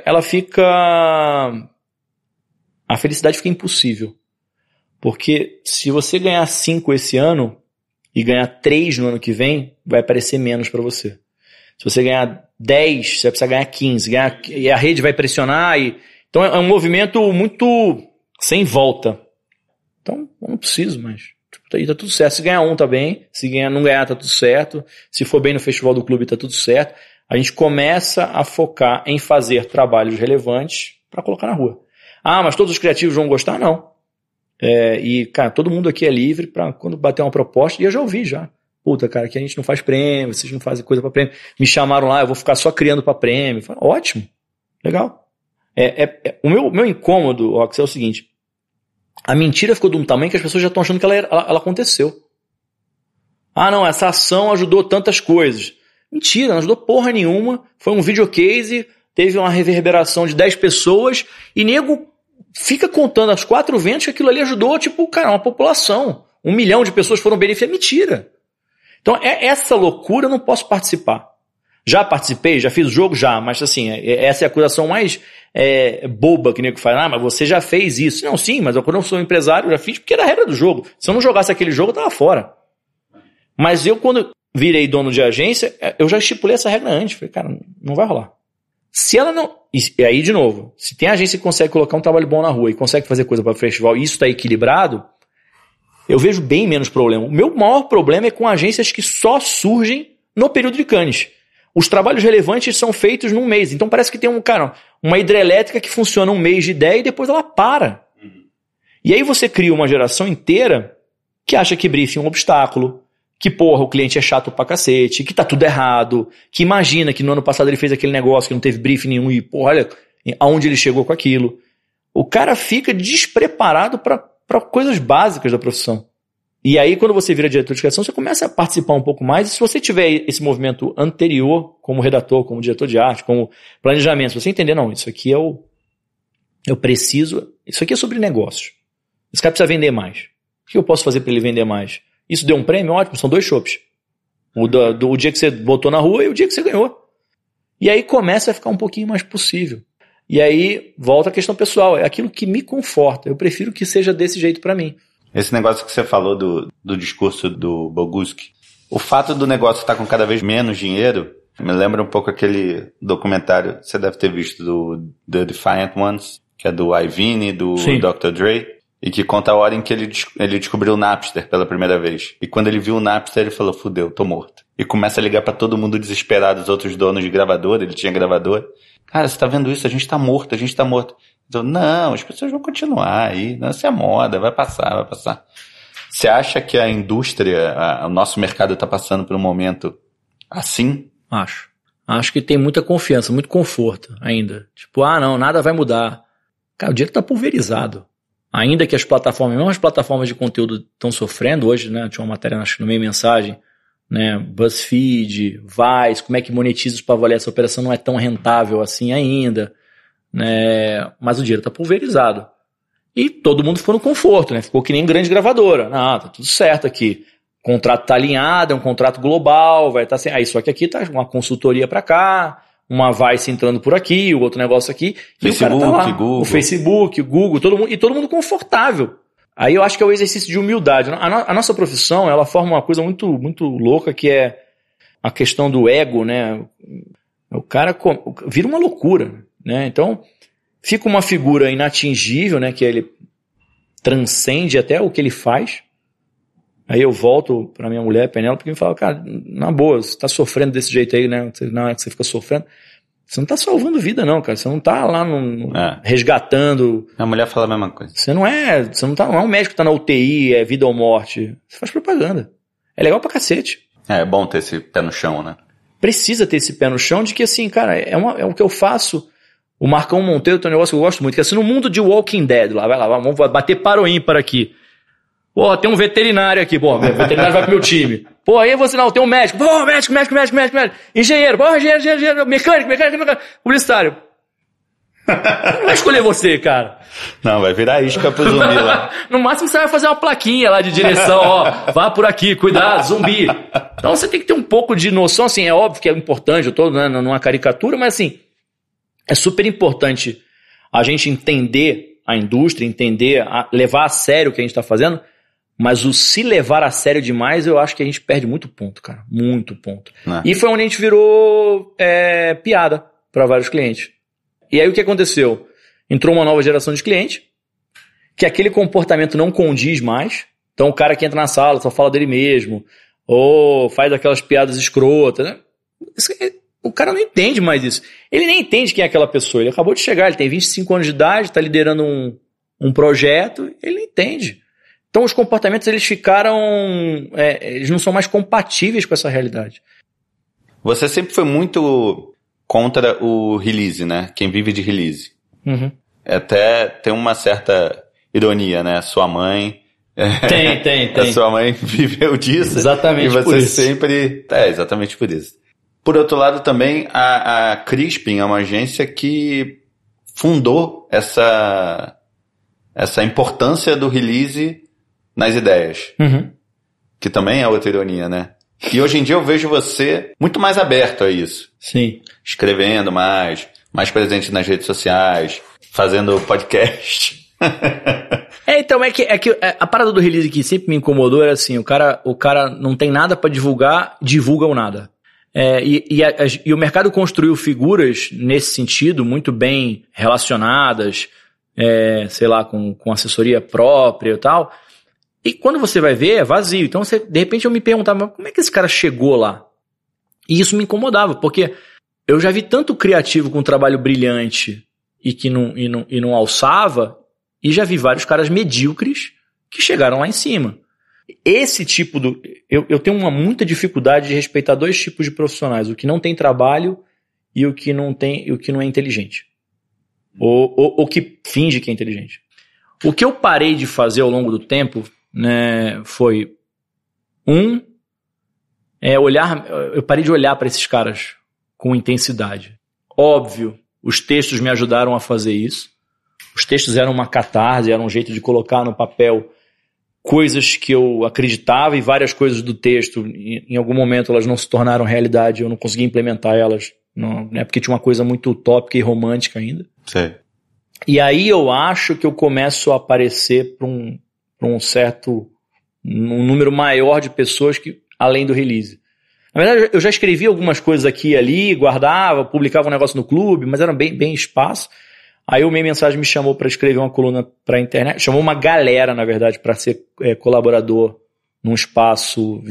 a felicidade fica impossível. Porque se você ganhar 5 esse ano e ganhar 3 no ano que vem, vai aparecer menos para você. Se você ganhar 10, você vai precisar ganhar 15. E a rede vai pressionar. Então é um movimento muito sem volta. Então eu não preciso mais. Aí tá tudo certo. Se ganhar tá bem. Se não ganhar, tá tudo certo. Se for bem no festival do clube, tá tudo certo. A gente começa a focar em fazer trabalhos relevantes para colocar na rua. Mas todos os criativos vão gostar? Não. Cara, todo mundo aqui é livre para quando bater uma proposta, e eu já ouvi já. Puta, cara, aqui a gente não faz prêmio, vocês não fazem coisa para prêmio. Me chamaram lá, eu vou ficar só criando para prêmio. Falei, ótimo, legal. O meu incômodo, Ox, é o seguinte: a mentira ficou de um tamanho que as pessoas já estão achando que ela aconteceu. Não, essa ação ajudou tantas coisas. Mentira, não ajudou porra nenhuma. Foi um videocase, teve uma reverberação de 10 pessoas, e nego fica contando aos 4 ventos que aquilo ali ajudou, uma população. 1 milhão de pessoas foram beneficiadas. Mentira. Então, essa loucura eu não posso participar. Já participei, já fiz o jogo, já, mas assim, essa é a acusação mais boba que o nego fala. Mas você já fez isso. Não, sim, mas quando eu sou empresário, eu já fiz porque era a regra do jogo. Se eu não jogasse aquele jogo, eu tava fora. Mas eu, quando virei dono de agência, eu já estipulei essa regra antes. Falei, cara, não vai rolar. Se ela não... E aí, de novo, se tem agência que consegue colocar um trabalho bom na rua e consegue fazer coisa para o festival e isso está equilibrado, eu vejo bem menos problema. O meu maior problema é com agências que só surgem no período de Cannes. Os trabalhos relevantes são feitos num mês. Então parece que tem uma hidrelétrica que funciona um mês de ideia e depois ela para. E aí você cria uma geração inteira que acha que briefing é um obstáculo, que, o cliente é chato pra cacete, que tá tudo errado, que imagina que no ano passado ele fez aquele negócio que não teve briefing nenhum e, olha aonde ele chegou com aquilo. O cara fica despreparado para coisas básicas da profissão. E aí, quando você vira diretor de criação, você começa a participar um pouco mais, e se você tiver esse movimento anterior, como redator, como diretor de arte, como planejamento, se você entender, não, isso aqui eu preciso, isso aqui é sobre negócios. Esse cara precisa vender mais. O que eu posso fazer para ele vender mais? Isso deu um prêmio? Ótimo, são 2 chopps. O dia que você botou na rua e o dia que você ganhou. E aí começa a ficar um pouquinho mais possível. E aí volta a questão pessoal. É aquilo que me conforta. Eu prefiro que seja desse jeito para mim. Esse negócio que você falou do discurso do Boguski, o fato do negócio estar com cada vez menos dinheiro, me lembra um pouco aquele documentário, você deve ter visto, do The Defiant Ones, que é do Ivini, do Sim. Dr. Dre. E que conta a hora em que ele descobriu o Napster pela primeira vez. E quando ele viu o Napster, ele falou, fudeu, tô morto. E começa a ligar pra todo mundo desesperado, os outros donos de gravadora, ele tinha gravadora. Cara, você tá vendo isso? A gente tá morto. Então, não, as pessoas vão continuar aí. Não, isso é moda, vai passar. Você acha que a indústria, o nosso mercado tá passando por um momento assim? Acho que tem muita confiança, muito conforto ainda. Não, nada vai mudar. Cara, o dinheiro tá pulverizado. Ainda que as plataformas, mesmo as plataformas de conteúdo estão sofrendo hoje, né? Tinha uma matéria, acho que no meio mensagem, né? BuzzFeed, Vice, como é que monetiza para valer essa operação não é tão rentável assim ainda, né? Mas o dinheiro está pulverizado. E todo mundo ficou no conforto, né? Ficou que nem grande gravadora. Tá tudo certo aqui. O contrato tá alinhado, é um contrato global, vai estar sem... só que aqui tá uma consultoria para cá, uma Vice entrando por aqui, o outro negócio aqui. Facebook, e o cara tá lá. Google. O Facebook, o Google, todo mundo confortável. Aí eu acho que é o exercício de humildade. A nossa profissão, ela forma uma coisa muito, muito louca, que é a questão do ego, né? O cara vira uma loucura, né? Então, fica uma figura inatingível, né? Que ele transcende até o que ele faz. Aí eu volto pra minha mulher, Penélope, porque me fala, cara, na boa, você tá sofrendo desse jeito aí, né? Não é que você fica sofrendo. Você não tá salvando vida, não, cara. Você não tá lá resgatando. A mulher fala a mesma coisa. Você não é um médico que tá na UTI, é vida ou morte. Você faz propaganda. É legal pra cacete. É bom ter esse pé no chão, né? Precisa ter esse pé no chão de que, assim, cara, é o que eu faço. O Marcão Monteiro tem um negócio que eu gosto muito, que é assim, no mundo de Walking Dead, lá, vai lá, vamos bater para o ímpar aqui. Pô, tem um veterinário aqui, pô, o veterinário vai pro meu time. Pô, aí você não, tem um médico, pô, médico. Engenheiro, pô, engenheiro, mecânico, publicitário. Não vai escolher você, cara. Não, vai virar isca pro zumbi lá. No máximo você vai fazer uma plaquinha lá de direção, ó, vá por aqui, cuidado, zumbi. Então você tem que ter um pouco de noção, assim, é óbvio que é importante, eu tô numa caricatura, mas assim, é super importante a gente entender a indústria, levar a sério o que a gente está fazendo, mas o se levar a sério demais, eu acho que a gente perde muito ponto, cara. Muito ponto. E foi onde a gente virou piada para vários clientes. E aí o que aconteceu? Entrou uma nova geração de cliente, que aquele comportamento não condiz mais. Então o cara que entra na sala só fala dele mesmo, ou faz aquelas piadas escrotas, né? O cara não entende mais isso. Ele nem entende quem é aquela pessoa. Ele acabou de chegar, ele tem 25 anos de idade, está liderando um projeto, ele não entende. Então os comportamentos eles ficaram... eles não são mais compatíveis com essa realidade. Você sempre foi muito contra o release, né? Quem vive de release. Uhum. Até tem uma certa ironia, né? Sua mãe... Tem. A sua mãe viveu disso. Exatamente por isso. E você sempre... exatamente por isso. Por outro lado, também, a Crispin é uma agência que fundou essa importância do release nas ideias. Uhum. Que também é outra ironia, né? E hoje em dia eu vejo você muito mais aberto a isso. Sim. Escrevendo mais presente nas redes sociais, fazendo podcast. Então, é que a parada do release que sempre me incomodou era assim, o cara não tem nada pra divulgar, divulga o nada. E o mercado construiu figuras nesse sentido muito bem relacionadas, sei lá, com assessoria própria e tal. E quando você vai ver, é vazio. Então, de repente eu me perguntava, mas como é que esse cara chegou lá? E isso me incomodava, porque eu já vi tanto criativo com um trabalho brilhante e que não alçava, e já vi vários caras medíocres que chegaram lá em cima. Esse tipo eu tenho muita dificuldade de respeitar dois tipos de profissionais, o que não tem trabalho e o que não é inteligente. Ou que finge que é inteligente. O que eu parei de fazer ao longo do tempo, né, foi olhar. Eu parei de olhar para esses caras com intensidade. Óbvio, os textos me ajudaram a fazer isso. Os textos eram uma catarse, eram um jeito de colocar no papel coisas que eu acreditava, e várias coisas do texto, em algum momento elas não se tornaram realidade, eu não consegui implementar elas, não, né, porque tinha uma coisa muito utópica e romântica ainda. Sim. E aí eu acho que eu começo a aparecer para um certo número maior de pessoas que além do release. Na verdade, eu já escrevi algumas coisas aqui e ali, guardava, publicava um negócio no clube, mas era bem espaço. Aí o Meio Mensagem me chamou para escrever uma coluna para a internet, chamou uma galera, na verdade, para ser colaborador num espaço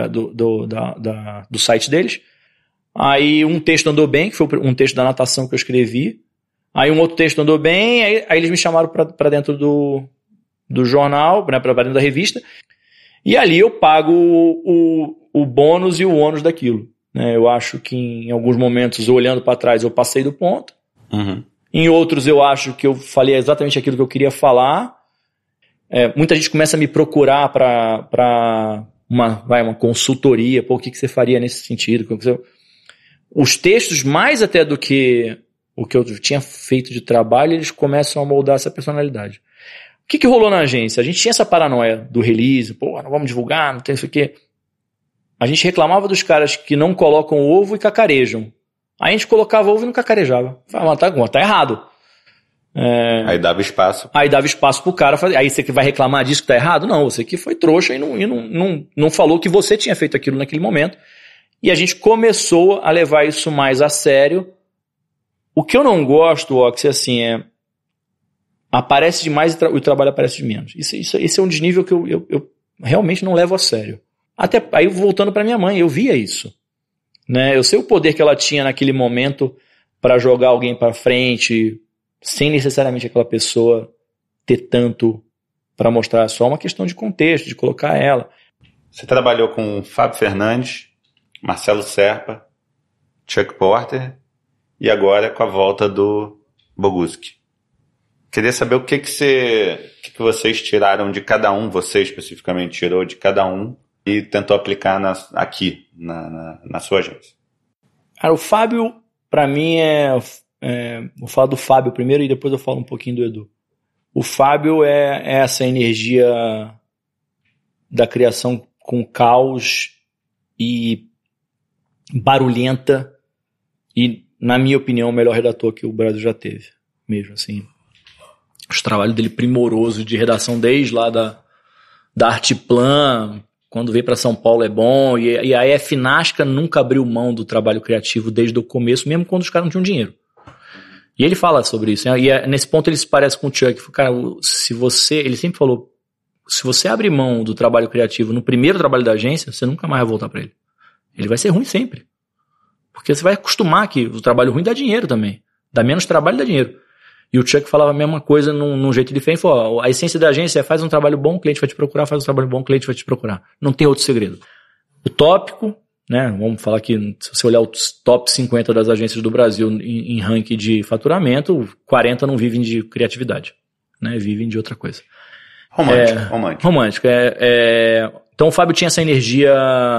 do site deles. Aí um texto andou bem, que foi um texto da natação que eu escrevi. Aí um outro texto andou bem, aí eles me chamaram para dentro do jornal, né, para dentro da revista. E ali eu pago o bônus e o ônus daquilo. Né? Eu acho que em alguns momentos, olhando para trás, eu passei do ponto. Uhum. Em outros eu acho que eu falei exatamente aquilo que eu queria falar. Muita gente começa a me procurar para uma consultoria. Pô, o que você faria nesse sentido? Os textos, mais até do que o que eu tinha feito de trabalho, eles começam a moldar essa personalidade. O que rolou na agência? A gente tinha essa paranoia do release. Pô, não vamos divulgar, não tem isso aqui. A gente reclamava dos caras que não colocam ovo e cacarejam. Aí a gente colocava ovo e não cacarejava. Falava, tá errado. Aí dava espaço. Aí dava espaço pro cara fazer. Aí você que vai reclamar disso que tá errado? Não, você que foi trouxa e não falou que você tinha feito aquilo naquele momento. E a gente começou a levar isso mais a sério. O que eu não gosto, Ox, é assim, aparece demais e o trabalho aparece de menos. Esse é um desnível que eu realmente não levo a sério. Até aí, voltando para minha mãe, eu via isso. Né? Eu sei o poder que ela tinha naquele momento para jogar alguém para frente, sem necessariamente aquela pessoa ter tanto para mostrar. É só uma questão de contexto, de colocar ela. Você trabalhou com Fábio Fernandes, Marcelo Serpa, Chuck Porter e agora com a volta do Boguski. Queria saber o que vocês tiraram de cada um, você especificamente tirou de cada um e tentou aplicar aqui na sua agência. Cara, o Fábio, para mim, vou falar do Fábio primeiro e depois eu falo um pouquinho do Edu. O Fábio é essa energia da criação com caos e barulhenta e, na minha opinião, o melhor redator que o Brasil já teve. Mesmo assim. Os trabalhos dele primoroso de redação desde lá da Artiplan, quando veio para São Paulo é bom, e a Finasca nunca abriu mão do trabalho criativo desde o começo, mesmo quando os caras não tinham dinheiro. E ele fala sobre isso, né? E nesse ponto ele se parece com o Chuck. Cara, ele sempre falou, se você abrir mão do trabalho criativo no primeiro trabalho da agência, você nunca mais vai voltar para ele. Ele vai ser ruim sempre. Porque você vai acostumar que o trabalho ruim dá dinheiro também. Dá menos trabalho, dá dinheiro. E o Chuck falava a mesma coisa num jeito diferente. Falou, a essência da agência é faz um trabalho bom, o cliente vai te procurar, faz um trabalho bom, o cliente vai te procurar. Não tem outro segredo. O tópico, né? Vamos falar que se você olhar os top 50 das agências do Brasil em ranking de faturamento, 40 não vivem de criatividade, né? Vivem de outra coisa. Romântico. Então o Fábio tinha essa energia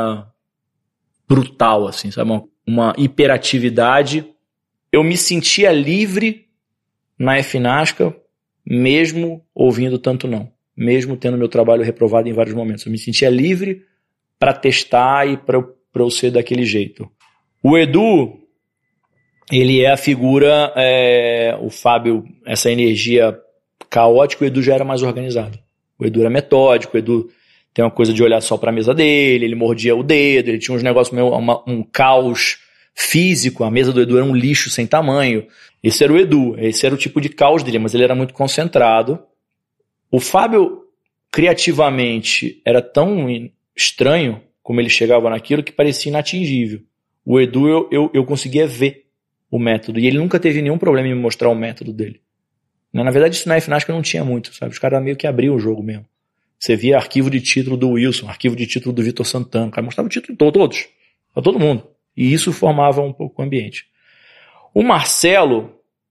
brutal, assim, sabe? Uma hiperatividade. Eu me sentia livre na Finasca, mesmo ouvindo tanto não. Mesmo tendo meu trabalho reprovado em vários momentos. Eu me sentia livre para testar e para eu ser daquele jeito. O Edu, ele é a figura, o Fábio, essa energia caótica, o Edu já era mais organizado. O Edu era metódico, o Edu tem uma coisa de olhar só para a mesa dele, ele mordia o dedo, ele tinha uns negócios meio, um caos físico, a mesa do Edu era um lixo sem tamanho. Esse era o Edu, esse era o tipo de caos dele, mas ele era muito concentrado. O Fábio, criativamente, era tão estranho como ele chegava naquilo que parecia inatingível. O Edu, eu conseguia ver o método, e ele nunca teve nenhum problema em me mostrar o método dele. Na verdade, isso na Finasca não tinha muito, sabe? Os caras meio que abriam o jogo mesmo. Você via arquivo de título do Wilson, arquivo de título do Vitor Santana, o cara mostrava o título todos, para todo mundo. E isso formava um pouco o ambiente. O Marcelo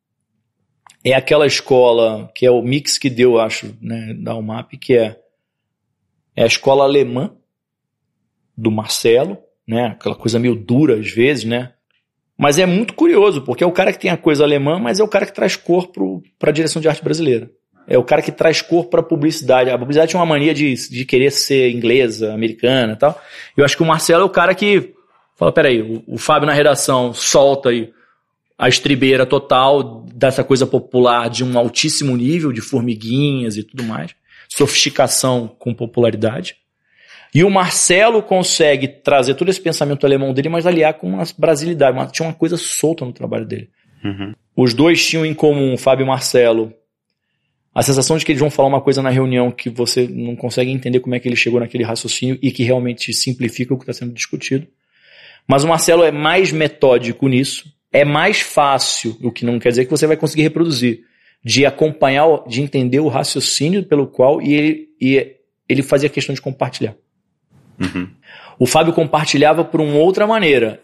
é aquela escola, que é o mix que deu, acho, né, da UMAP, que é a escola alemã do Marcelo, né, aquela coisa meio dura às vezes, né, mas é muito curioso, porque é o cara que tem a coisa alemã, mas é o cara que traz cor para a direção de arte brasileira. É o cara que traz cor para a publicidade. A publicidade tinha uma mania de querer ser inglesa, americana e tal. Eu acho que o Marcelo é o cara que fala, peraí, o Fábio na redação solta aí a estribeira total dessa coisa popular de um altíssimo nível, de formiguinhas e tudo mais. Sofisticação com popularidade. E o Marcelo consegue trazer todo esse pensamento alemão dele, mas aliar com uma brasilidade. Tinha uma coisa solta no trabalho dele. Uhum. Os dois tinham em comum, Fábio e Marcelo, a sensação de que eles vão falar uma coisa na reunião que você não consegue entender como é que ele chegou naquele raciocínio e que realmente simplifica o que está sendo discutido. Mas o Marcelo é mais metódico nisso, é mais fácil, o que não quer dizer que você vai conseguir reproduzir, de acompanhar, de entender o raciocínio pelo qual ele fazia questão de compartilhar. Uhum. O Fábio compartilhava por uma outra maneira.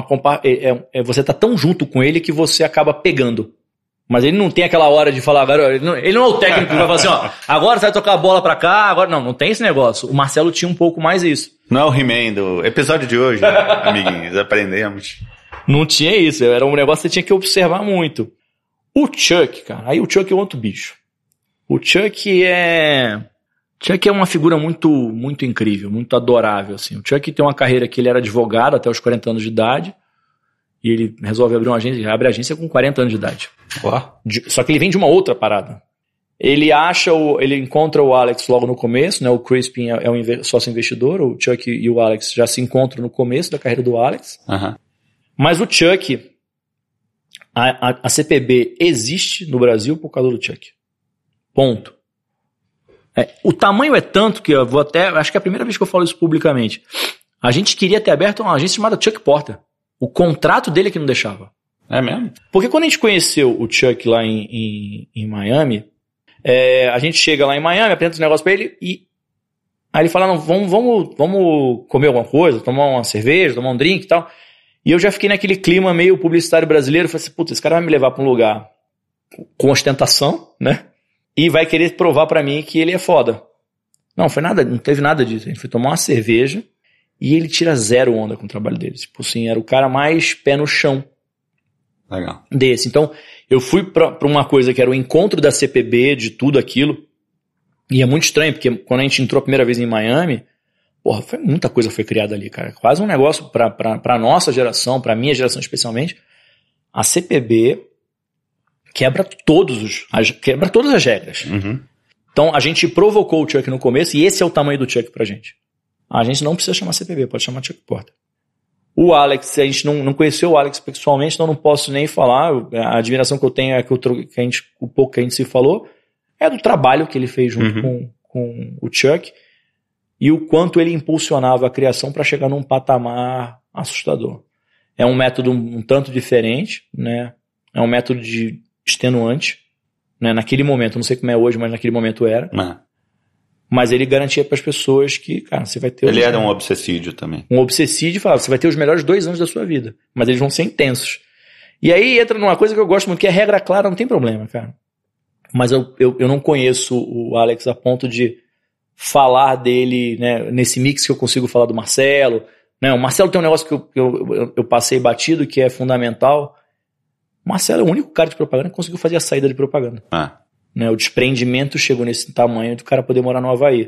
Você está tão junto com ele que você acaba pegando. Mas ele não tem aquela hora de falar, agora, ele não é o técnico que vai falar assim, ó, agora você vai tocar a bola pra cá, agora não tem esse negócio. O Marcelo tinha um pouco mais isso. Não é o He-Man do episódio de hoje, né, amiguinhos, aprendemos. Não tinha isso, era um negócio que você tinha que observar muito. O Chuck, cara, aí o Chuck é outro bicho. O Chuck é uma figura muito, muito incrível, muito adorável, assim. O Chuck tem uma carreira que ele era advogado até os 40 anos de idade, e ele resolve abrir uma agência, ele abre a agência com 40 anos de idade. Só que ele vem de uma outra parada. Ele encontra o Alex logo no começo, né? O Crispin é um sócio investidor, o Chuck e o Alex já se encontram no começo da carreira do Alex. Uhum. Mas o Chuck, a CPB existe no Brasil por causa do Chuck. Ponto. O tamanho é tanto que eu vou acho que é a primeira vez que eu falo isso publicamente. A gente queria ter aberto uma agência chamada Chuck Porter. O contrato dele é que não deixava. É mesmo? Porque quando a gente conheceu o Chuck lá em Miami, a gente chega lá em Miami, apresenta um negócio pra ele e aí ele fala, não, vamos comer alguma coisa, tomar uma cerveja, tomar um drink e tal. E eu já fiquei naquele clima meio publicitário brasileiro, falei assim, putz, esse cara vai me levar pra um lugar com ostentação, né? E vai querer provar pra mim que ele é foda. Não, foi nada, não teve nada disso. A gente foi tomar uma cerveja e ele tira zero onda com o trabalho dele. Tipo assim, era o cara mais pé no chão. Legal. Desse. Então, eu fui pra uma coisa que era o encontro da CPB, de tudo aquilo. E é muito estranho, porque quando a gente entrou a primeira vez em Miami, porra, muita coisa foi criada ali, cara. Quase um negócio pra nossa geração, pra minha geração especialmente. A CPB quebra todas as regras. Uhum. Então, a gente provocou o Chuck no começo, e esse é o tamanho do Chuck pra gente. A gente não precisa chamar CPB, pode chamar Chuck Porter. O Alex, a gente não conheceu o Alex pessoalmente, então não posso nem falar. A admiração que eu tenho é o pouco que a gente se falou é do trabalho que ele fez junto com o Chuck e o quanto ele impulsionava a criação para chegar num patamar assustador. É um método um tanto diferente, né? É um método de extenuante, né? Naquele momento, não sei como é hoje, mas naquele momento era. Mas ele garantia para as pessoas que, cara, você vai ter... Ele era um obsessídio também. Um obsessídio, falava, você vai ter os melhores 2 anos da sua vida, mas eles vão ser intensos. E aí entra numa coisa que eu gosto muito, que é regra clara, não tem problema, cara. Mas eu não conheço o Alex a ponto de falar dele, né, nesse mix que eu consigo falar do Marcelo. Né? O Marcelo tem um negócio que eu passei batido, que é fundamental. O Marcelo é o único cara de propaganda que conseguiu fazer a saída de propaganda. Né, o desprendimento chegou nesse tamanho do cara poder morar no Havaí.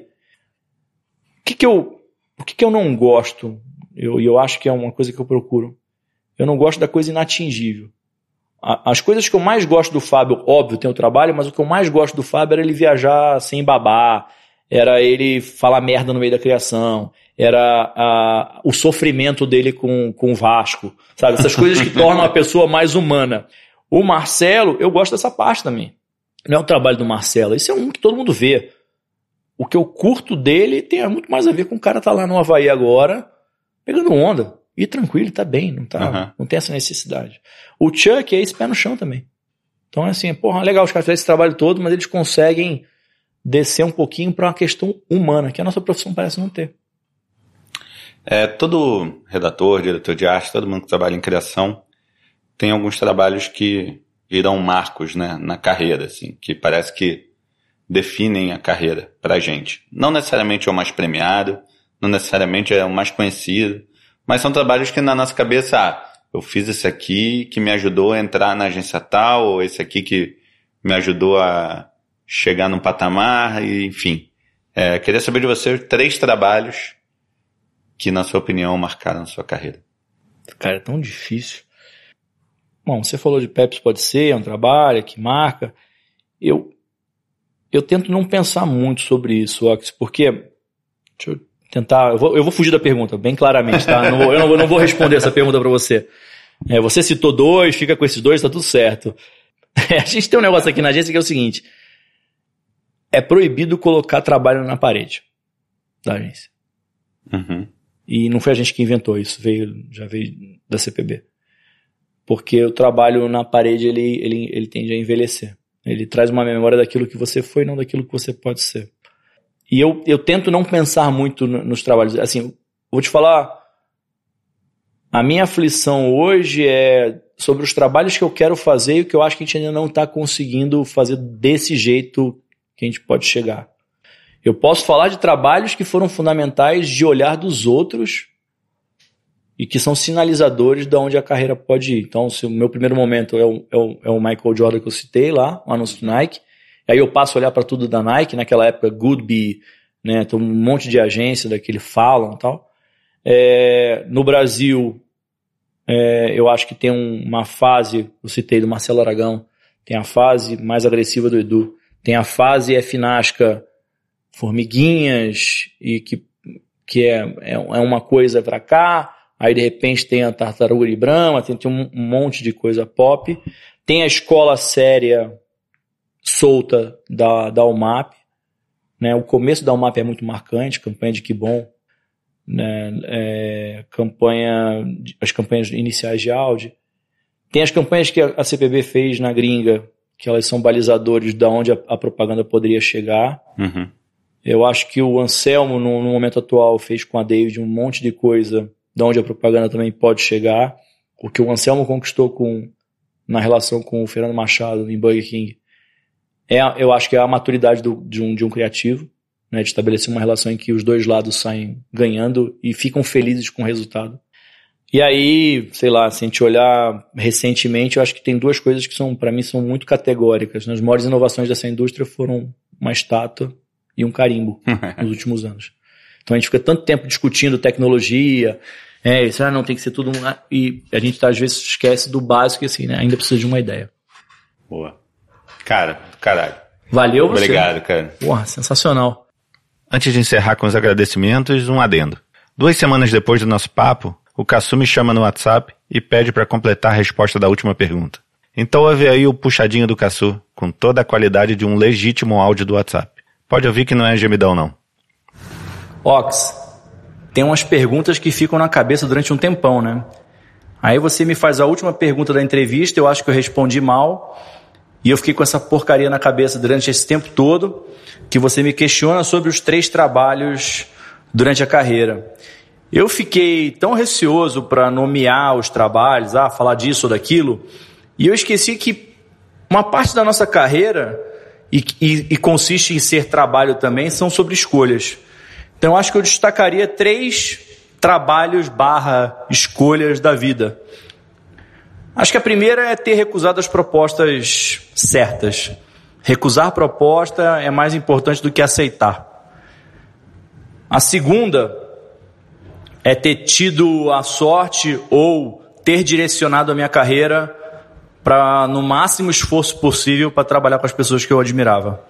O que eu não gosto, eu acho que é uma coisa que eu procuro, eu não gosto da coisa inatingível. As coisas que eu mais gosto do Fábio, óbvio, tem o trabalho, mas o que eu mais gosto do Fábio era ele viajar sem babar, era ele falar merda no meio da criação, era o sofrimento dele com o Vasco, sabe? Essas coisas que tornam a pessoa mais humana. O Marcelo, eu gosto dessa parte também. Não é o trabalho do Marcelo, esse é um que todo mundo vê. O que eu curto dele tem muito mais a ver com o cara tá lá no Havaí agora, pegando onda, e tranquilo, tá bem, não tem essa necessidade. O Chuck é esse pé no chão também. Então é assim, porra, legal os caras fazem esse trabalho todo, mas eles conseguem descer um pouquinho para uma questão humana, que a nossa profissão parece não ter. Todo redator, diretor de arte, todo mundo que trabalha em criação, tem alguns trabalhos que viram marcos, né, na carreira, assim, que parece que definem a carreira pra gente. Não necessariamente é o mais premiado, não necessariamente é o mais conhecido, mas são trabalhos que na nossa cabeça, eu fiz esse aqui que me ajudou a entrar na agência tal, ou esse aqui que me ajudou a chegar num patamar, e, enfim. Queria saber de você 3 trabalhos que, na sua opinião, marcaram a sua carreira. Cara, é tão difícil. Bom, você falou de Pepsi, pode ser, é um trabalho que marca. Eu tento não pensar muito sobre isso, Ox, porque... Deixa eu tentar... Eu vou fugir da pergunta, bem claramente, tá? Eu não vou responder essa pergunta pra você. Você citou 2, fica com esses 2, tá tudo certo. A gente tem um negócio aqui na agência que é o seguinte. É proibido colocar trabalho na parede da agência. E não foi a gente que inventou isso, já veio da CPB. Porque o trabalho na parede, ele tende a envelhecer. Ele traz uma memória daquilo que você foi, não daquilo que você pode ser. E eu tento não pensar muito nos trabalhos. Assim, vou te falar, a minha aflição hoje é sobre os trabalhos que eu quero fazer e o que eu acho que a gente ainda não está conseguindo fazer desse jeito que a gente pode chegar. Eu posso falar de trabalhos que foram fundamentais de olhar dos outros e que são sinalizadores de onde a carreira pode ir. Então, se o meu primeiro momento é o Michael Jordan que eu citei lá, o anúncio do Nike, aí eu passo a olhar para tudo da Nike, naquela época Goodby, né, tem um monte de agência daquele Fallon e tal. No Brasil, eu acho que tem uma fase, eu citei do Marcelo Aragão, tem a fase mais agressiva do Edu, tem a fase Finasca Formiguinhas, e que é uma coisa para cá. Aí, de repente, tem a Tartaruga de Brahma, tem um monte de coisa pop. Tem a escola séria solta da UMAP. Né? O começo da UMAP é muito marcante, campanha de Que Bom, né? As campanhas iniciais de Audi. Tem as campanhas que a CPB fez na gringa, que elas são balizadores de onde a propaganda poderia chegar. Uhum. Eu acho que o Anselmo, no momento atual, fez com a David um monte de coisa de onde a propaganda também pode chegar. O que o Anselmo conquistou na relação com o Fernando Machado em Burger King, eu acho que é a maturidade de um criativo, né, de estabelecer uma relação em que os dois lados saem ganhando e ficam felizes com o resultado. E aí, sei lá, se a gente olhar recentemente, eu acho que tem duas coisas que para mim são muito categóricas. As maiores inovações dessa indústria foram uma estátua e um carimbo nos últimos anos. Então a gente fica tanto tempo discutindo tecnologia, isso não tem que ser tudo, e a gente às vezes esquece do básico, assim, né? Ainda precisa de uma ideia. Boa. Cara, caralho. Valeu você. Obrigado, cara. Porra, sensacional. Antes de encerrar com os agradecimentos, um adendo. 2 semanas depois do nosso papo, o Cassu me chama no WhatsApp e pede para completar a resposta da última pergunta. Então ouve aí o puxadinho do Cassu, com toda a qualidade de um legítimo áudio do WhatsApp. Pode ouvir que não é gemidão, não. Ox, tem umas perguntas que ficam na cabeça durante um tempão, né? Aí você me faz a última pergunta da entrevista, eu acho que eu respondi mal, e eu fiquei com essa porcaria na cabeça durante esse tempo todo, que você me questiona sobre os 3 trabalhos durante a carreira. Eu fiquei tão receoso para nomear os trabalhos, falar disso ou daquilo, e eu esqueci que uma parte da nossa carreira, e consiste em ser trabalho também, são sobre escolhas. Então eu acho que eu destacaria 3 trabalhos / escolhas da vida. Acho que a primeira é ter recusado as propostas certas. Recusar proposta é mais importante do que aceitar. A segunda é ter tido a sorte ou ter direcionado a minha carreira para, no máximo esforço possível, para trabalhar com as pessoas que eu admirava.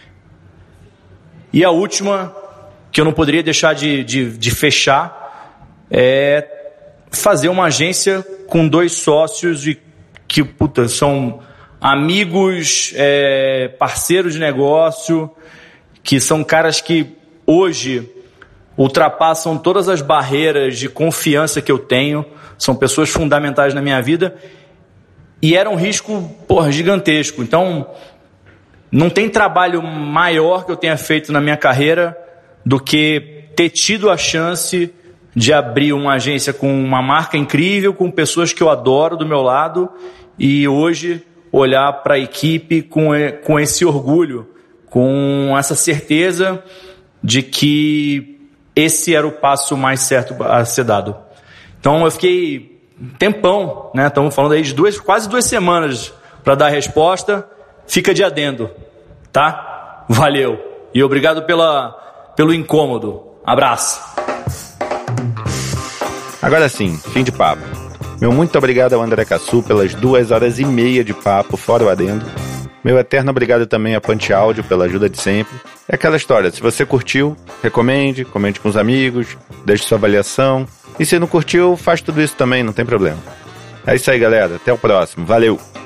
E a última, que eu não poderia deixar de fechar, é fazer uma agência com 2 sócios que são amigos, parceiros de negócio, que são caras que hoje ultrapassam todas as barreiras de confiança que eu tenho, são pessoas fundamentais na minha vida, e era um risco, gigantesco. Então, não tem trabalho maior que eu tenha feito na minha carreira do que ter tido a chance de abrir uma agência com uma marca incrível, com pessoas que eu adoro do meu lado, e hoje olhar para a equipe com esse orgulho, com essa certeza de que esse era o passo mais certo a ser dado. Então eu fiquei um tempão, né? Estamos falando aí de quase 2 semanas para dar a resposta. Fica de adendo, tá? Valeu. E obrigado pelo incômodo. Abraço. Agora sim, fim de papo. Meu muito obrigado ao André Cassu pelas 2 horas e meia de papo, fora o adendo. Meu eterno obrigado também a Punch Áudio pela ajuda de sempre. É aquela história, se você curtiu, recomende, comente com os amigos, deixe sua avaliação. E se não curtiu, faz tudo isso também, não tem problema. É isso aí, galera. Até o próximo. Valeu!